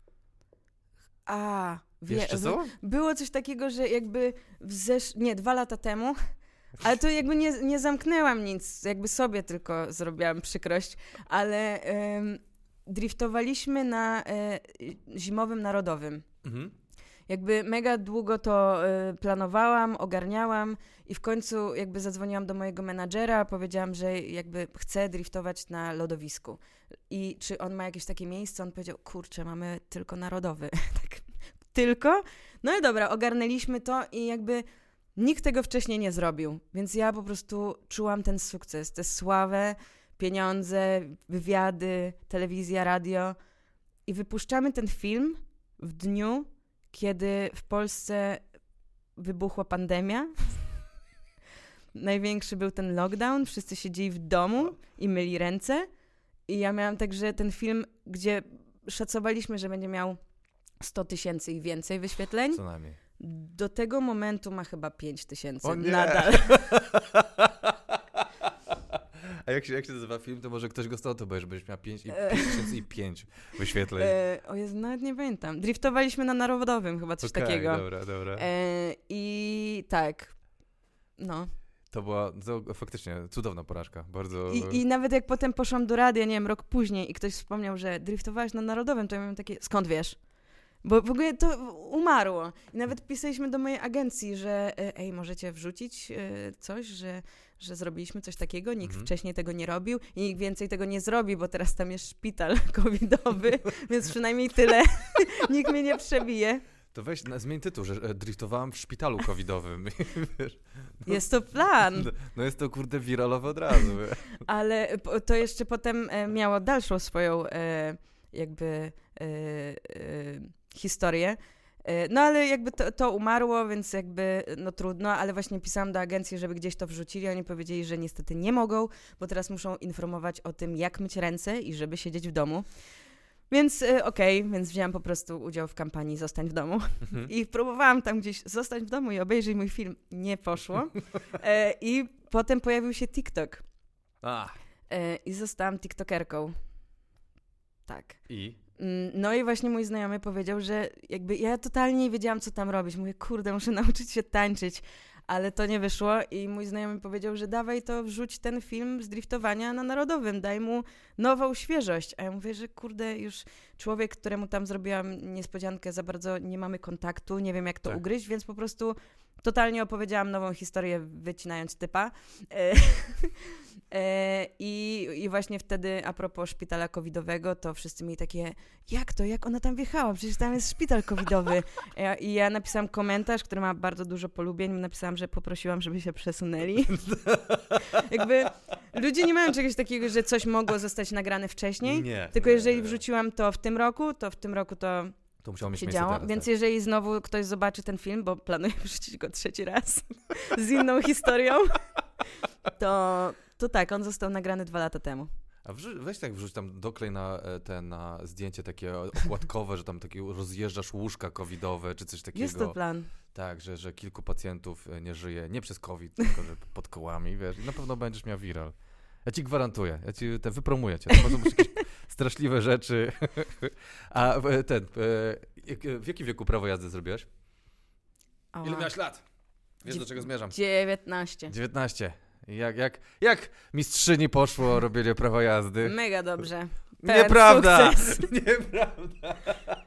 Wiesz, było coś takiego, że jakby 2 lata temu, ale to jakby nie zamknęłam nic, jakby sobie tylko zrobiłam przykrość, ale driftowaliśmy na zimowym narodowym. Jakby mega długo to planowałam, ogarniałam i w końcu jakby zadzwoniłam do mojego menadżera, powiedziałam, że jakby chcę driftować na lodowisku. I czy on ma jakieś takie miejsce? On powiedział, kurczę, mamy tylko narodowy. Tak, tylko? No i dobra, ogarnęliśmy to i jakby nikt tego wcześniej nie zrobił. Więc ja po prostu czułam ten sukces, tę sławę, pieniądze, wywiady, telewizja, radio. I wypuszczamy ten film w dniu, kiedy w Polsce wybuchła pandemia. Największy był ten lockdown, wszyscy siedzieli w domu i myli ręce. I ja miałam także ten film, gdzie szacowaliśmy, że będzie miał 100 000 i więcej wyświetleń. Co najmniej. Do tego momentu ma chyba 5 000. Nie. Nadal. A jak się nazywa film, to może ktoś go stał, to będziesz miała 5 wyświetleń. O Jezu, nawet nie pamiętam. Driftowaliśmy na Narodowym chyba, coś takiego. Dobra. I tak, no. To była faktycznie cudowna porażka, bardzo... I nawet jak potem poszłam do radia, nie wiem, rok później i ktoś wspomniał, że driftowałaś na Narodowym, to ja miałam takie, skąd wiesz? Bo w ogóle to umarło. I nawet pisaliśmy do mojej agencji, że możecie wrzucić coś, że zrobiliśmy coś takiego, nikt wcześniej tego nie robił i nikt więcej tego nie zrobi, bo teraz tam jest szpital covidowy, więc przynajmniej tyle. Nikt mnie nie przebije. To weź, zmień tytuł, że driftowałam w szpitalu covidowym. Wiesz, jest to plan. No jest to kurde wiralowe od razu. Ale to jeszcze potem miało dalszą swoją historię. No ale jakby to umarło, więc jakby no trudno, ale właśnie pisałam do agencji, żeby gdzieś to wrzucili. Oni powiedzieli, że niestety nie mogą, bo teraz muszą informować o tym, jak myć ręce i żeby siedzieć w domu. Więc więc wzięłam po prostu udział w kampanii Zostań w domu i próbowałam tam gdzieś zostać w domu i obejrzyj mój film. Nie poszło. I potem pojawił się TikTok. I zostałam tiktokerką. Tak. I? No i właśnie mój znajomy powiedział, że jakby ja totalnie nie wiedziałam, co tam robić. Mówię, kurde, muszę nauczyć się tańczyć. Ale to nie wyszło i mój znajomy powiedział, że dawaj to, wrzuć ten film z driftowania na Narodowym, daj mu nową świeżość. A ja mówię, że kurde, już człowiek, któremu tam zrobiłam niespodziankę, za bardzo nie mamy kontaktu, nie wiem jak to ugryźć, więc po prostu totalnie opowiedziałam nową historię, wycinając typa. I właśnie wtedy, a propos szpitala covidowego, to wszyscy mieli takie, jak ona tam wjechała? Przecież tam jest szpital covidowy. I ja napisałam komentarz, który ma bardzo dużo polubień, napisałam, że poprosiłam, żeby się przesunęli. Jakby ludzie nie mają czegoś takiego, że coś mogło zostać nagrane wcześniej, tylko jeżeli wrzuciłam to w tym roku to musiało mieć się miejsce działo, teraz, więc tak. jeżeli znowu ktoś zobaczy ten film, bo planuję wrzucić go 3 raz z inną historią, to tak, on został nagrany 2 lata temu. A wrzuć tam doklej na zdjęcie takie okładkowe, że tam takie rozjeżdżasz łóżka covidowe, czy coś takiego. Jest to plan. Tak, że kilku pacjentów nie żyje, nie przez COVID, tylko że pod kołami, wiesz, i na pewno będziesz miał viral. Ja ci gwarantuję, wypromuję cię, to są jakieś straszliwe rzeczy. A w jakim wieku prawo jazdy zrobiłaś? Ile miałaś lat? Wiesz, do czego zmierzam? 19. 19. Jak mistrzyni poszło robienie prawa jazdy? Mega dobrze. Nieprawda! Nieprawda!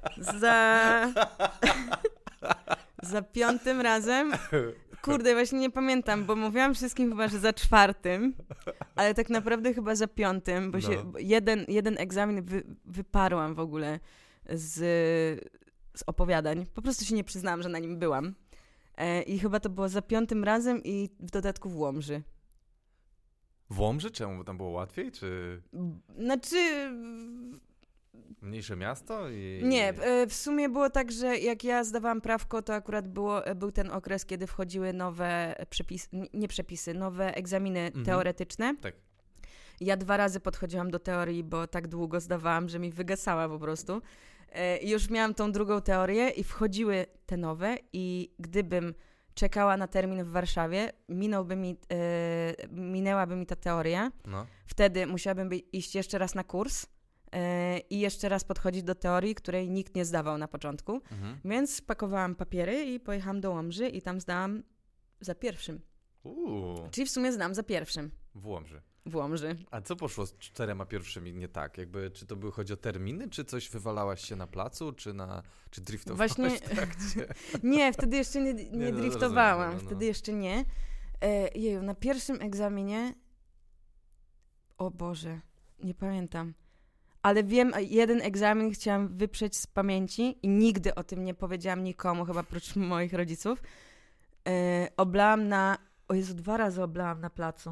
Za 5. razem. Kurde, właśnie nie pamiętam, bo mówiłam wszystkim chyba, że za 4, ale tak naprawdę chyba za 5, bo się jeden egzamin wyparłam w ogóle z opowiadań. Po prostu się nie przyznałam, że na nim byłam. I chyba to było za 5. razem i w dodatku w Łomży. W Łomży? Czemu? Bo tam było łatwiej, czy... Znaczy... Mniejsze miasto? Nie, w sumie było tak, że jak ja zdawałam prawko, to akurat był ten okres, kiedy wchodziły nowe nowe egzaminy teoretyczne. Tak. Ja 2 razy podchodziłam do teorii, bo tak długo zdawałam, że mi wygasała po prostu. I już miałam tą drugą teorię i wchodziły te nowe i gdybym czekała na termin w Warszawie, minęłaby mi ta teoria. No. Wtedy musiałabym iść jeszcze raz na kurs i jeszcze raz podchodzić do teorii, której nikt nie zdawał na początku. Więc spakowałam papiery i pojechałam do Łomży i tam zdałam za 1. Czyli w sumie zdam za 1. W Łomży. A co poszło z 4 pierwszymi nie tak? Czy to chodzi o terminy, czy coś wywalałaś się na placu, czy driftowałaś w trakcie? Nie, wtedy jeszcze nie driftowałam. Rozumiem, Wtedy jeszcze nie. Na pierwszym egzaminie o Boże, nie pamiętam. Ale wiem, jeden egzamin chciałam wyprzeć z pamięci i nigdy o tym nie powiedziałam nikomu, chyba oprócz moich rodziców. Oblałam 2 razy oblałam na placu.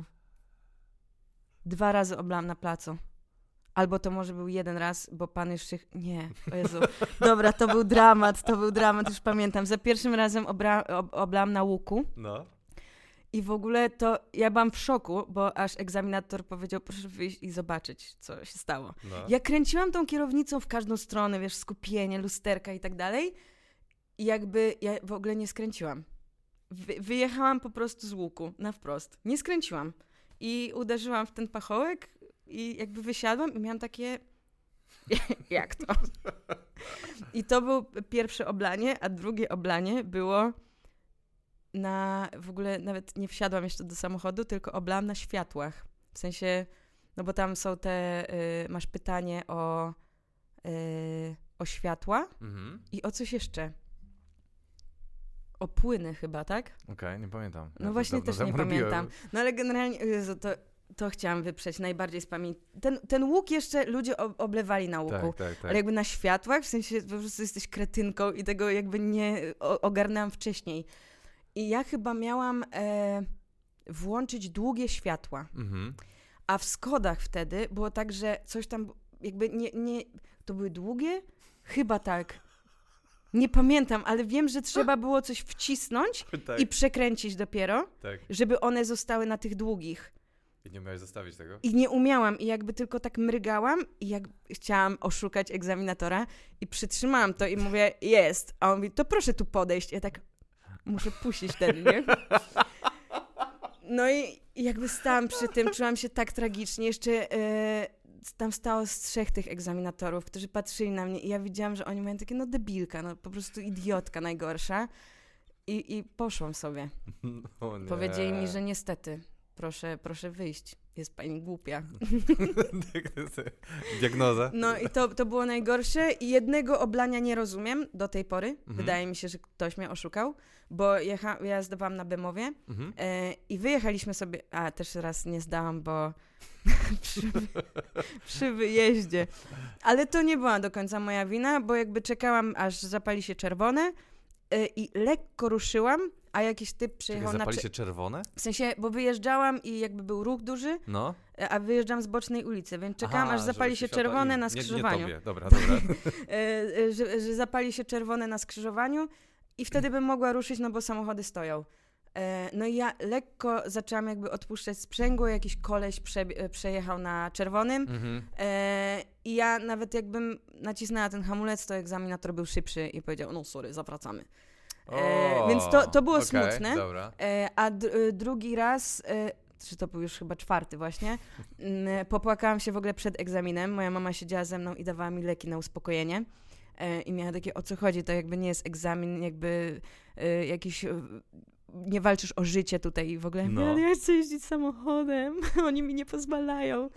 2 razy oblałam na placu. Albo to może był 1 raz, bo pan już się... Nie, o Jezu. Dobra, to był dramat, już pamiętam. Za 1 razem oblałam na łuku. No. I w ogóle to ja byłam w szoku, bo aż egzaminator powiedział, proszę wyjść i zobaczyć, co się stało. No. Ja kręciłam tą kierownicą w każdą stronę, wiesz, skupienie, lusterka i tak dalej. I jakby ja w ogóle nie skręciłam. Wyjechałam po prostu z łuku, na wprost. Nie skręciłam. I uderzyłam w ten pachołek i jakby wysiadłam i miałam takie... Jak to? I to było pierwsze oblanie, a drugie oblanie było w ogóle nawet nie wsiadłam jeszcze do samochodu, tylko oblałam na światłach. W sensie, no bo tam są masz pytanie o światła i o coś jeszcze. O płyny chyba, tak? Okej, nie pamiętam. No właśnie też nie pamiętam. No ale generalnie, Jezu, to chciałam wyprzeć najbardziej z pamięci. Ten łuk jeszcze ludzie oblewali na łuku. Tak. Ale jakby na światłach, w sensie po prostu jesteś kretynką i tego jakby nie ogarnęłam wcześniej. I ja chyba miałam włączyć długie światła. A w Skodach wtedy było tak, że coś tam jakby nie to były długie? Chyba tak. Nie pamiętam, ale wiem, że trzeba było coś wcisnąć i przekręcić dopiero, żeby one zostały na tych długich. I nie umiałeś zostawić tego? I nie umiałam i jakby tylko tak mrygałam i jak chciałam oszukać egzaminatora i przytrzymałam to i mówię, jest. A on mówi, to proszę tu podejść. Ja tak muszę puścić ten, nie? No i jakby stałam przy tym, czułam się tak tragicznie. Jeszcze tam stało z 3 tych egzaminatorów, którzy patrzyli na mnie i ja widziałam, że oni mają takie, no debilka, no po prostu idiotka najgorsza. I poszłam sobie. Powiedzieli mi, że niestety, proszę wyjść. Jest pani głupia. Diagnoza? No i to było najgorsze i jednego oblania nie rozumiem do tej pory. Wydaje mi się, że ktoś mnie oszukał, bo ja zdawałam na Bemowie i wyjechaliśmy sobie, też raz nie zdałam, bo przy wyjeździe. Ale to nie była do końca moja wina, bo jakby czekałam, aż zapali się czerwone i lekko ruszyłam, a jakiś typ przyjechał na... Zapali się czerwone? W sensie, bo wyjeżdżałam i jakby był ruch duży, a wyjeżdżam z bocznej ulicy, więc czekałam, aż zapali się czerwone na skrzyżowaniu. Nie tobie. Dobra. że zapali się czerwone na skrzyżowaniu i wtedy bym mogła ruszyć, no bo samochody stoją. No i ja lekko zaczęłam jakby odpuszczać sprzęgło, jakiś koleś przejechał na czerwonym i ja nawet jakbym nacisnęła ten hamulec, to egzaminator był szybszy i powiedział, no sorry, zawracamy. Więc to było smutne. Dobra. A drugi raz, czy to był już chyba 4 właśnie, popłakałam się w ogóle przed egzaminem. Moja mama siedziała ze mną i dawała mi leki na uspokojenie. I miała takie, o co chodzi, to jakby nie jest egzamin, jakby jakiś... Nie walczysz o życie tutaj i w ogóle, ale ja chcę jeździć samochodem, oni mi nie pozwalają.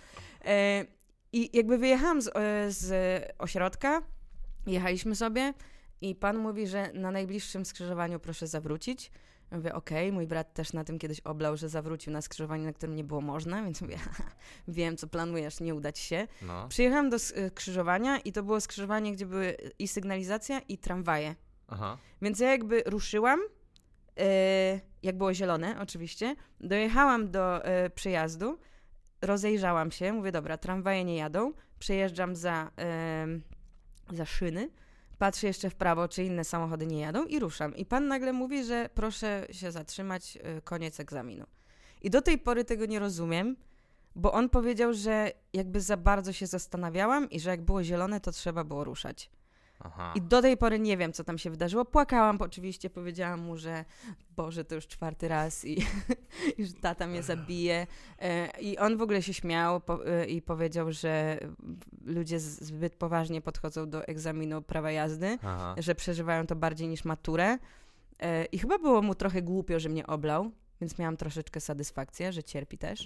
I jakby wyjechałam z ośrodka, jechaliśmy sobie i pan mówi, że na najbliższym skrzyżowaniu proszę zawrócić. Ja mówię, okej, mój brat też na tym kiedyś oblał, że zawrócił na skrzyżowaniu, na którym nie było można, więc mówię, wiem, co planujesz, nie udać się. Przyjechałam do skrzyżowania i to było skrzyżowanie, gdzie były i sygnalizacja, i tramwaje. Więc ja jakby ruszyłam, jak było zielone oczywiście, dojechałam do przejazdu, rozejrzałam się, mówię, dobra, tramwaje nie jadą, przejeżdżam za szyny, patrzę jeszcze w prawo, czy inne samochody nie jadą i ruszam. I pan nagle mówi, że proszę się zatrzymać, koniec egzaminu. I do tej pory tego nie rozumiem, bo on powiedział, że jakby za bardzo się zastanawiałam i że jak było zielone, to trzeba było ruszać. I do tej pory nie wiem, co tam się wydarzyło. Płakałam oczywiście, powiedziałam mu, że Boże, to już 4 raz i że tata mnie zabije. I on w ogóle się śmiał i powiedział, że ludzie zbyt poważnie podchodzą do egzaminu prawa jazdy, że przeżywają to bardziej niż maturę. I chyba było mu trochę głupio, że mnie oblał. Więc miałam troszeczkę satysfakcję, że cierpi też.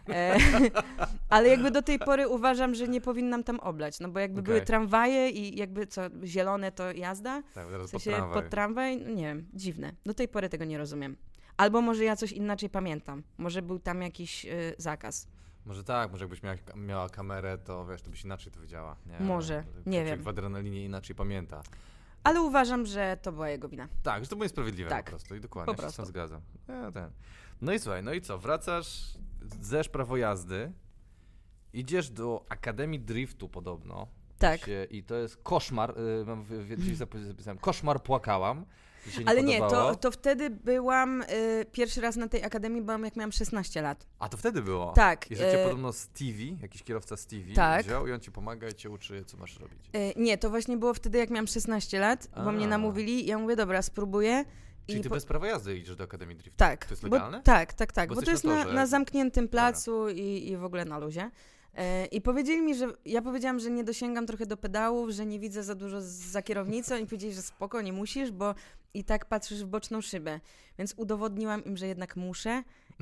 Ale jakby do tej pory uważam, że nie powinnam tam oblać, no bo jakby były tramwaje i jakby zielone to jazda. Tak, zaraz w sensie pod tramwaj, no nie wiem, dziwne. Do tej pory tego nie rozumiem. Albo może ja coś inaczej pamiętam. Może był tam jakiś zakaz. Może tak, może jakbyś miała kamerę, to wiesz, to byś inaczej to widziała. Nie? Może, nie wiem. W adrenalinie inaczej pamięta. Ale uważam, że to była jego wina. Tak, że to było niesprawiedliwe po prostu i dokładnie, się z tym zgadzam. No i słuchaj, no i co, wracasz, zesz prawo jazdy, idziesz do Akademii Driftu podobno. Tak. I to jest koszmar, zapisałem, koszmar płakałam. Ale nie, to wtedy byłam, pierwszy raz na tej akademii byłam, jak miałam 16 lat. A to wtedy było? Tak. I że cię podobno Stevie, jakiś kierowca Stevie wziął i on ci pomaga i cię uczy, co masz robić. Nie, to właśnie było wtedy, jak miałam 16 lat, bo mnie namówili. Ja mówię, dobra, spróbuję. Czyli ty bez prawa jazdy idziesz do Akademii Driftu? Tak. To jest legalne? Tak. Bo to jest na zamkniętym placu i w ogóle na luzie. I powiedzieli mi, że ja powiedziałam, że nie dosięgam trochę do pedałów, że nie widzę za dużo za kierownicą i powiedzieli, że spoko, nie musisz, bo i tak patrzysz w boczną szybę. Więc udowodniłam im, że jednak muszę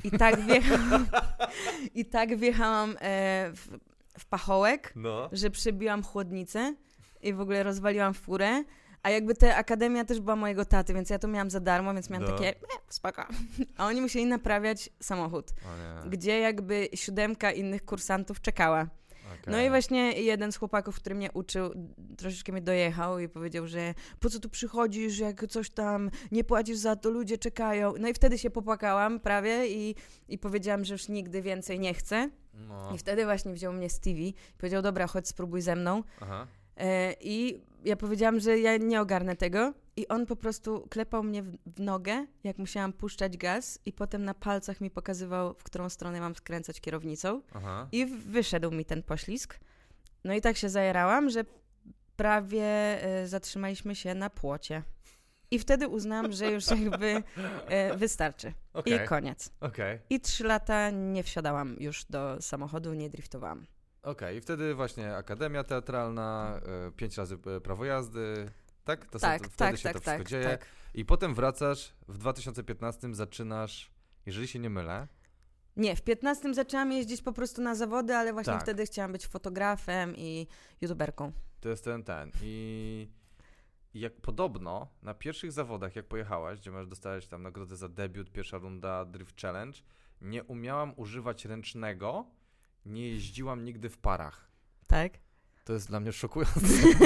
i tak wjechałam w pachołek, że przebiłam chłodnicę i w ogóle rozwaliłam furę. A jakby ta akademia też była mojego taty, więc ja to miałam za darmo, więc miałam takie, spoko. A oni musieli naprawiać samochód, gdzie jakby 7 innych kursantów czekała. No i właśnie jeden z chłopaków, który mnie uczył, troszeczkę mnie dojechał i powiedział, że po co tu przychodzisz, jak coś tam nie płacisz za to, ludzie czekają. No i wtedy się popłakałam prawie i powiedziałam, że już nigdy więcej nie chcę. I wtedy właśnie wziął mnie Stevie i powiedział, dobra, chodź spróbuj ze mną. I ja powiedziałam, że ja nie ogarnę tego i on po prostu klepał mnie w nogę, jak musiałam puszczać gaz i potem na palcach mi pokazywał, w którą stronę mam skręcać kierownicą. Aha. I wyszedł mi ten poślizg. No i tak się zajarałam, że prawie zatrzymaliśmy się na płocie. I wtedy uznałam, że już jakby wystarczy. I koniec. I 3 lata nie wsiadałam już do samochodu, nie driftowałam. I wtedy właśnie Akademia Teatralna, 5 razy prawo jazdy, tak? Wtedy się to wszystko dzieje. Tak. I potem wracasz, w 2015 zaczynasz, jeżeli się nie mylę. Nie, w 15 zaczęłam jeździć po prostu na zawody, ale właśnie wtedy chciałam być fotografem i youtuberką. To jest ten. I jak podobno na pierwszych zawodach, jak pojechałaś, gdzie dostałeś tam nagrodę za debiut, pierwsza runda Drift Challenge, nie umiałam używać ręcznego, nie jeździłam nigdy w parach. Tak? To jest dla mnie szokujące.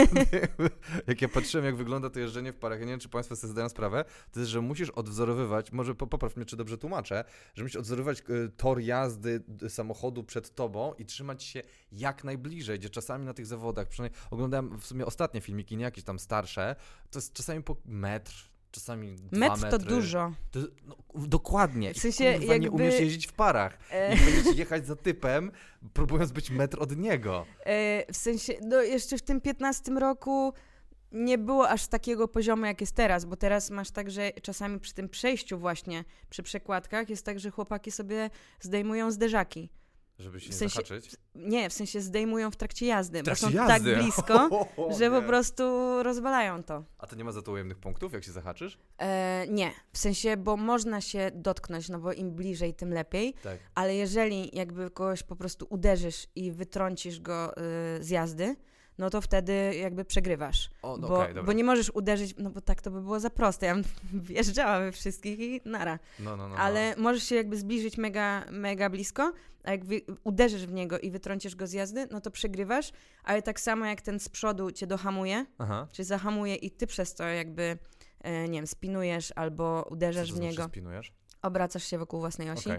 Jak ja patrzyłem, jak wygląda to jeżdżenie w parach, ja nie wiem, czy Państwo sobie zdają sprawę, to jest, że musisz odwzorowywać, może popraw mnie, czy dobrze tłumaczę, że musisz odwzorowywać tor jazdy samochodu przed tobą i trzymać się jak najbliżej, gdzie czasami na tych zawodach, przynajmniej oglądałem w sumie ostatnie filmiki, nie jakieś tam starsze, to jest czasami po metr, czasami 2 metry. Metr to dużo. To, dokładnie. W sensie I nie umiesz jeździć w parach. I będziesz jechać za typem, próbując być metr od niego. W sensie, no jeszcze w tym 15 roku nie było aż takiego poziomu, jak jest teraz, bo teraz masz tak, że czasami przy tym przejściu właśnie, przy przekładkach jest tak, że chłopaki sobie zdejmują zderzaki. Żeby się nie zahaczyć? Nie, w sensie zdejmują w trakcie jazdy, bo są jazdy. tak blisko, że po prostu rozwalają to. A to nie ma za to ujemnych punktów, jak się zahaczysz? Nie, w sensie, bo można się dotknąć, no bo im bliżej, tym lepiej, ale jeżeli jakby kogoś po prostu uderzysz i wytrącisz go z jazdy, no to wtedy jakby przegrywasz. Bo nie możesz uderzyć, no bo tak to by było za proste. Ja bym wjeżdżała we wszystkich i nara. Ale możesz się jakby zbliżyć mega blisko, a jak uderzysz w niego i wytrącisz go z jazdy, no to przegrywasz, ale tak samo jak ten z przodu cię dohamuje, czy zahamuje i ty przez to jakby, nie wiem, spinujesz albo uderzasz w niego. Spinujesz? Obracasz się wokół własnej osi.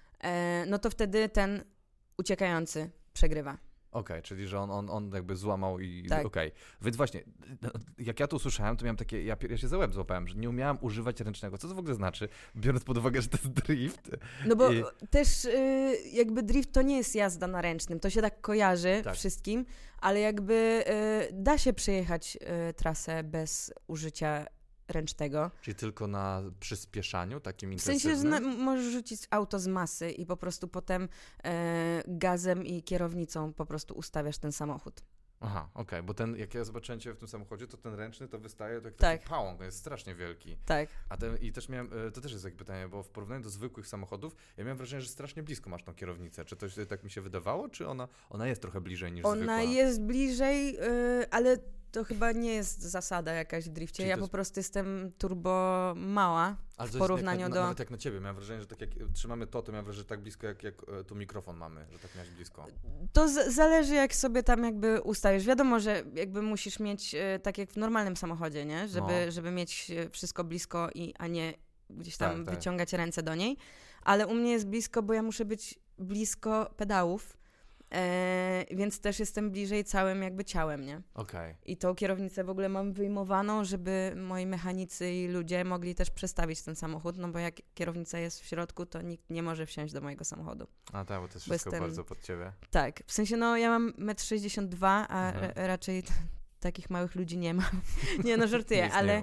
No to wtedy ten uciekający przegrywa. Czyli że on jakby złamał i... Tak. Więc właśnie, jak ja to usłyszałem, to miałem takie... Ja się za łeb złapałem, że nie umiałam używać ręcznego. Co to w ogóle znaczy? Biorąc pod uwagę, że to jest drift. No bo też jakby drift to nie jest jazda na ręcznym. To się tak kojarzy wszystkim, ale jakby da się przejechać trasę bez użycia ręcznego. Czyli tylko na przyspieszaniu takim intensywnym? W sensie, że możesz rzucić auto z masy i po prostu potem gazem i kierownicą po prostu ustawiasz ten samochód. Aha, bo ten, jak ja zobaczyłem cię w tym samochodzie, to ten ręczny to wystaje jak taki pałąk, on jest strasznie wielki. Tak. I też miałem, to też jest takie pytanie, bo w porównaniu do zwykłych samochodów, ja miałem wrażenie, że strasznie blisko masz tą kierownicę. Czy to tak mi się wydawało, czy ona jest trochę bliżej niż zwykła? Ona jest bliżej, ale to chyba nie jest zasada jakaś w drifcie. Czyli ja po prostu jestem turbo mała w porównaniu do... Nawet jak na ciebie. Miałem wrażenie, że tak jak trzymamy to miałem wrażenie, że tak blisko jak tu mikrofon mamy, że tak miałeś blisko. To zależy jak sobie tam jakby ustawisz. Wiadomo, że jakby musisz mieć tak jak w normalnym samochodzie, nie? Żeby mieć wszystko blisko a nie gdzieś tam wyciągać ręce do niej. Ale u mnie jest blisko, bo ja muszę być blisko pedałów. Więc też jestem bliżej całym jakby ciałem, nie? I tą kierownicę w ogóle mam wyjmowaną, żeby moi mechanicy i ludzie mogli też przestawić ten samochód, no bo jak kierownica jest w środku, to nikt nie może wsiąść do mojego samochodu. Bo to jest wszystko bardzo pod ciebie. Tak, w sensie ja mam 1,62 m, a raczej takich małych ludzi nie mam. Nie, no żartuję, ale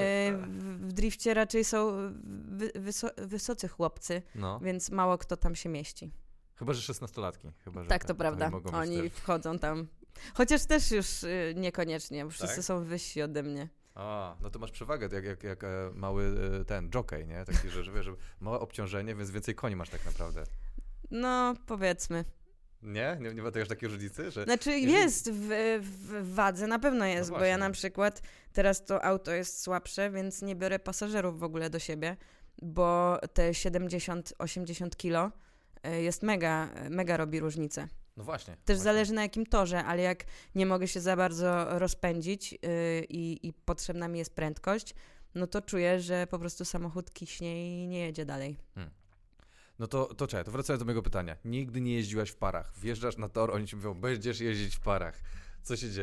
w drifcie raczej są wysocy chłopcy, więc mało kto tam się mieści. Chyba, że 16-latki. Tak, to prawda. Oni wchodzą tam. Chociaż też już niekoniecznie, bo wszyscy są wyżsi ode mnie. No to masz przewagę, jak mały ten jockey, nie? Taki, że wiesz, małe obciążenie, więc więcej koni masz tak naprawdę. No, powiedzmy. Nie? Nie ma też takiej różnicy? Że znaczy jest w wadze, na pewno jest, bo ja na przykład teraz to auto jest słabsze, więc nie biorę pasażerów w ogóle do siebie, bo te 70-80 kilo jest mega robi różnicę. No właśnie. Też zależy na jakim torze, ale jak nie mogę się za bardzo rozpędzić i potrzebna mi jest prędkość, no to czuję, że po prostu samochód kiśnie i nie jedzie dalej. No to czekaj, to wracając do mojego pytania. Nigdy nie jeździłaś w parach. Wjeżdżasz na tor, oni ci mówią, będziesz jeździć w parach. Co się dzieje?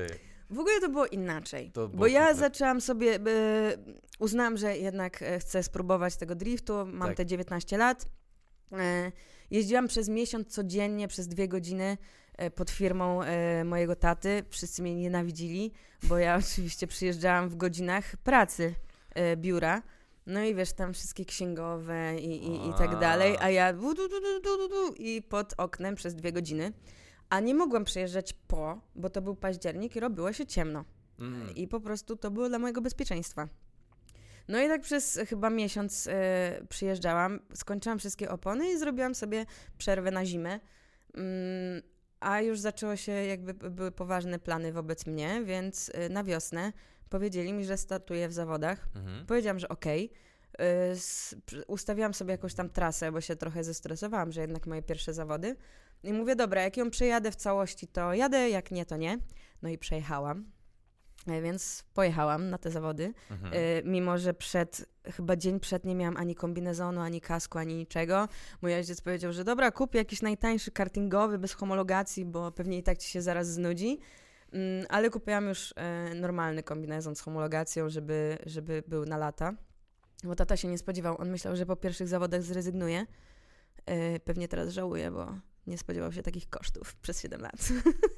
W ogóle to było inaczej, To było bo ja super. zaczęłam sobie, uznałam, że jednak chcę spróbować tego driftu, mam Tak. te 19 lat. Jeździłam przez miesiąc codziennie, przez 2 godziny pod firmą mojego taty. Wszyscy mnie nienawidzili, bo ja oczywiście przyjeżdżałam w godzinach pracy biura. No i wiesz, tam wszystkie księgowe i tak dalej, a ja i pod oknem przez 2 godziny. A nie mogłam przejeżdżać bo to był październik i robiło się ciemno. I po prostu to było dla mojego bezpieczeństwa. No i tak przez chyba miesiąc przyjeżdżałam, skończyłam wszystkie opony i zrobiłam sobie przerwę na zimę. A już zaczęło się, były poważne plany wobec mnie, więc na wiosnę powiedzieli mi, że startuję w zawodach. Powiedziałam, że okej. Ustawiłam sobie jakąś tam trasę, bo się trochę zestresowałam, że jednak moje pierwsze zawody. I mówię, dobra, jak ją przejadę w całości, to jadę, jak nie, to nie. No i przejechałam. Więc pojechałam na te zawody, mimo że chyba dzień przed nie miałam ani kombinezonu, ani kasku, ani niczego. Mój ojciec powiedział, że dobra, kup jakiś najtańszy kartingowy, bez homologacji, bo pewnie i tak ci się zaraz znudzi. Ale kupiłam już normalny kombinezon z homologacją, żeby był na lata. Bo tata się nie spodziewał. On myślał, że po pierwszych zawodach zrezygnuje. Pewnie teraz żałuje, bo nie spodziewał się takich kosztów przez 7 lat.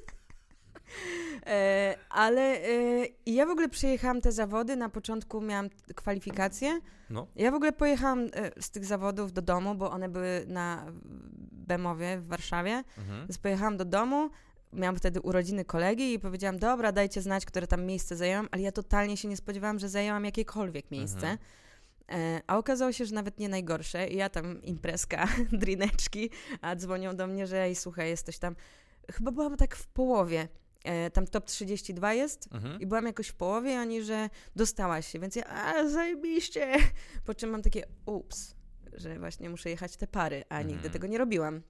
Ale ja w ogóle przejechałam te zawody, na początku miałam kwalifikacje. No. Ja w ogóle pojechałam z tych zawodów do domu, bo one były na Bemowie w Warszawie. Więc pojechałam do domu, miałam wtedy urodziny kolegi i powiedziałam, dobra, dajcie znać, które tam miejsce zajęłam, ale ja totalnie się nie spodziewałam, że zajęłam jakiekolwiek miejsce. A okazało się, że nawet nie najgorsze. I ja tam imprezka, drineczki, a dzwonią do mnie, że ej, słuchaj, jesteś tam. Chyba byłam tak w połowie. Tam top 32 jest i byłam jakoś w połowie i oni, że dostałaś się, więc ja, zajebiście. Po czym mam takie, że właśnie muszę jechać te pary, a nigdy tego nie robiłam.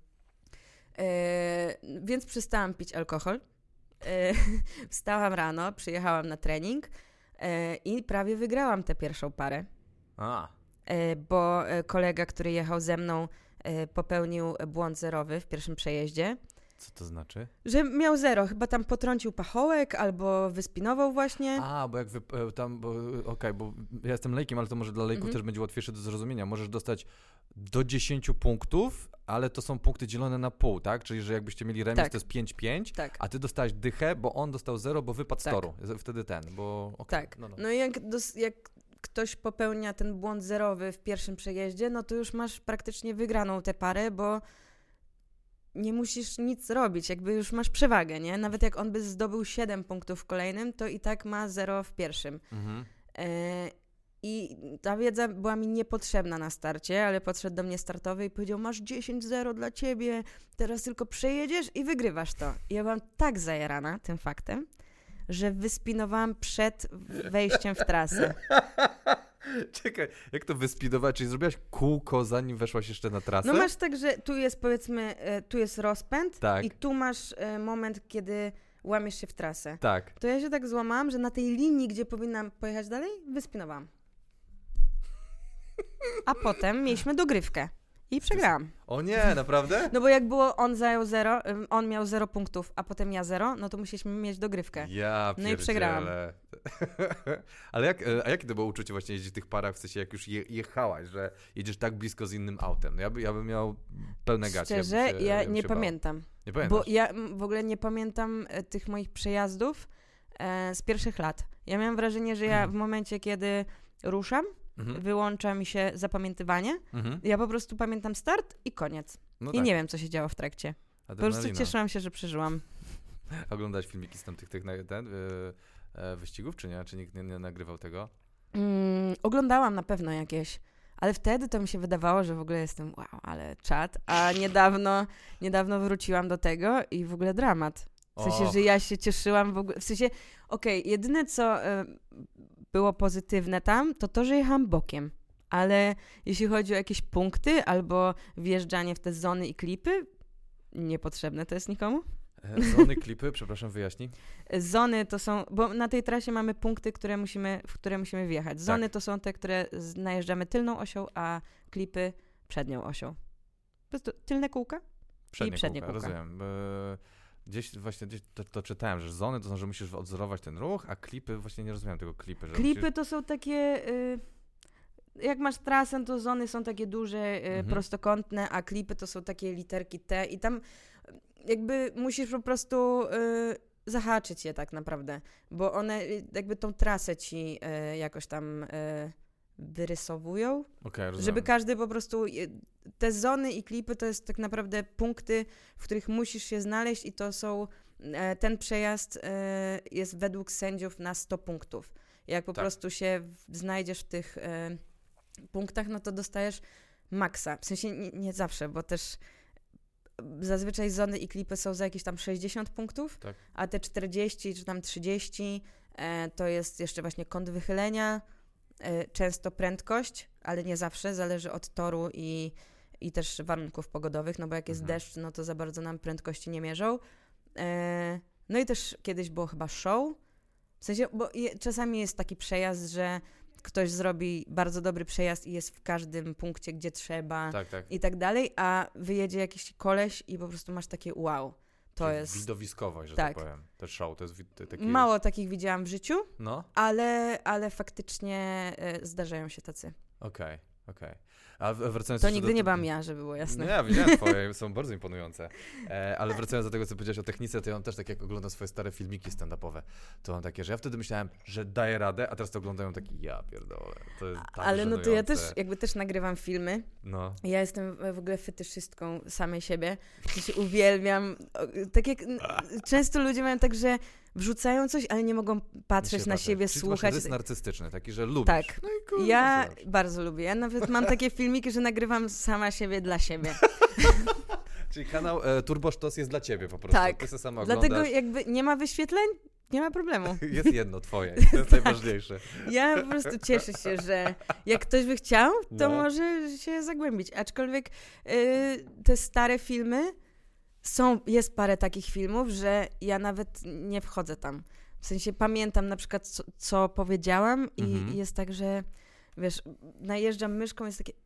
Więc przestałam pić alkohol. Wstałam rano, przyjechałam na trening i prawie wygrałam tę pierwszą parę. Bo kolega, który jechał ze mną, popełnił błąd zerowy w pierwszym przejeździe. Co to znaczy? Że miał 0, chyba tam potrącił pachołek albo wyspinował właśnie. Bo jak bo ja jestem laikiem, ale to może dla laików też będzie łatwiejsze do zrozumienia. Możesz dostać do 10 punktów, ale to są punkty dzielone na pół, tak? Czyli, że jakbyście mieli remis, to jest 5-5, a ty dostałeś dychę, bo on dostał 0, bo wypadł z toru. Wtedy bo... Tak. No i jak ktoś popełnia ten błąd zerowy w pierwszym przejeździe, no to już masz praktycznie wygraną tę parę, bo nie musisz nic robić, jakby już masz przewagę, nie? Nawet jak on by zdobył 7 punktów w kolejnym, to i tak ma 0 w pierwszym. I ta wiedza była mi niepotrzebna na starcie, ale podszedł do mnie startowy i powiedział, masz 10-0 dla ciebie, teraz tylko przejedziesz i wygrywasz to. I ja byłam tak zajarana tym faktem, że wyspinowałam przed wejściem w trasę. Czekaj, jak to wyspidować? Czyli zrobiłaś kółko, zanim weszłaś jeszcze na trasę? No masz tak, że tu jest powiedzmy, tu jest rozpęd i tu masz moment, kiedy łamiesz się w trasę. Tak. To ja się tak złamałam, że na tej linii, gdzie powinnam pojechać dalej, wyspinowałam. A potem mieliśmy dogrywkę. I przegrałam. O nie, naprawdę? No bo jak było, on miał 0 punktów, a potem ja 0, no to musieliśmy mieć dogrywkę. Ja pierdzielę. No i przegrałam. Ale a jakie to było uczucie właśnie jeździć w tych parach, w sensie jak już jechałaś, że jedziesz tak blisko z innym autem? No ja bym miał pełne gacie. Szczerze, ja nie pamiętam. Nie pamiętasz? Bo ja w ogóle nie pamiętam tych moich przejazdów z pierwszych lat. Ja miałam wrażenie, że ja w momencie, kiedy ruszam, wyłącza mi się zapamiętywanie. Ja po prostu pamiętam start i koniec. No I nie wiem, co się działo w trakcie. Po prostu cieszyłam się, że przeżyłam. Oglądać filmiki z tych wyścigów, czy nie? Czy nikt nie nagrywał tego? Oglądałam na pewno jakieś, ale wtedy to mi się wydawało, że w ogóle jestem ale czad, a niedawno wróciłam do tego i w ogóle dramat. W sensie, że ja się cieszyłam w ogóle, w sensie, jedyne co było pozytywne tam, to, że jechałam bokiem, ale jeśli chodzi o jakieś punkty albo wjeżdżanie w te zony i klipy, niepotrzebne to jest nikomu. Zony, klipy, przepraszam, wyjaśnij. Zony to są, bo na tej trasie mamy punkty, w które musimy wjechać. Zony to są te, które najeżdżamy tylną osią, a klipy przednią osią. Po prostu tylne kółka i przednie kółka. Rozumiem. Gdzieś to czytałem, że zony to są, że musisz odzorować ten ruch, a klipy, właśnie nie rozumiałem tego klipy. Że klipy to są takie... jak masz trasę, to zony są takie duże, prostokątne, a klipy to są takie literki T i tam jakby musisz po prostu zahaczyć je tak naprawdę, bo one jakby tą trasę ci jakoś tam wyrysowują, żeby każdy po prostu, te zony i klipy to jest tak naprawdę punkty, w których musisz się znaleźć i to są, ten przejazd jest według sędziów na 100 punktów. Jak po prostu się znajdziesz w tych punktach, no to dostajesz maksa. W sensie nie zawsze, bo też zazwyczaj zony i klipy są za jakieś tam 60 punktów, a te 40 czy tam 30 to jest jeszcze właśnie kąt wychylenia, często prędkość, ale nie zawsze, zależy od toru i też warunków pogodowych, no bo jak jest deszcz, no to za bardzo nam prędkości nie mierzą. No i też kiedyś było chyba show, w sensie, bo czasami jest taki przejazd, że ktoś zrobi bardzo dobry przejazd i jest w każdym punkcie, gdzie trzeba i tak dalej, a wyjedzie jakiś koleś i po prostu masz takie wow. To jest widowiskowość, że tak powiem. To show, to jest taki... Mało takich widziałam w życiu, ale faktycznie zdarzają się tacy. Okej. A wracając to nigdy nie byłam ja, żeby było jasne. Nie, ja widziałem twoje, są bardzo imponujące. Ale wracając do tego, co powiedziałeś o technice, to ja mam też tak, jak oglądam swoje stare filmiki stand-upowe, to mam takie, że ja wtedy myślałem, że daję radę, a teraz to oglądają taki, ja pierdolę. To jest tak ale żenujące. No to ja też nagrywam filmy. No. Ja jestem w ogóle fetyszystką samej siebie. Się uwielbiam. Tak jak często ludzie mają tak, że wrzucają coś, ale nie mogą patrzeć na siebie, słuchać. Czyli rys narcystyczny, taki, że lubisz. Tak. No i kurde, ja bardzo lubię. Ja nawet mam takie filmiki, że nagrywam sama siebie dla siebie. Czyli kanał Turbo Sztos jest dla ciebie po prostu. Tak. Ty se sama Dlatego oglądasz. jakby nie ma wyświetleń, nie ma problemu. Jest jedno twoje i to jest najważniejsze. Ja po prostu cieszę się, że jak ktoś by chciał, to może się zagłębić. Aczkolwiek te stare filmy, jest parę takich filmów, że ja nawet nie wchodzę tam. W sensie pamiętam na przykład, co powiedziałam i jest tak, że wiesz, najeżdżam myszką, jest takie...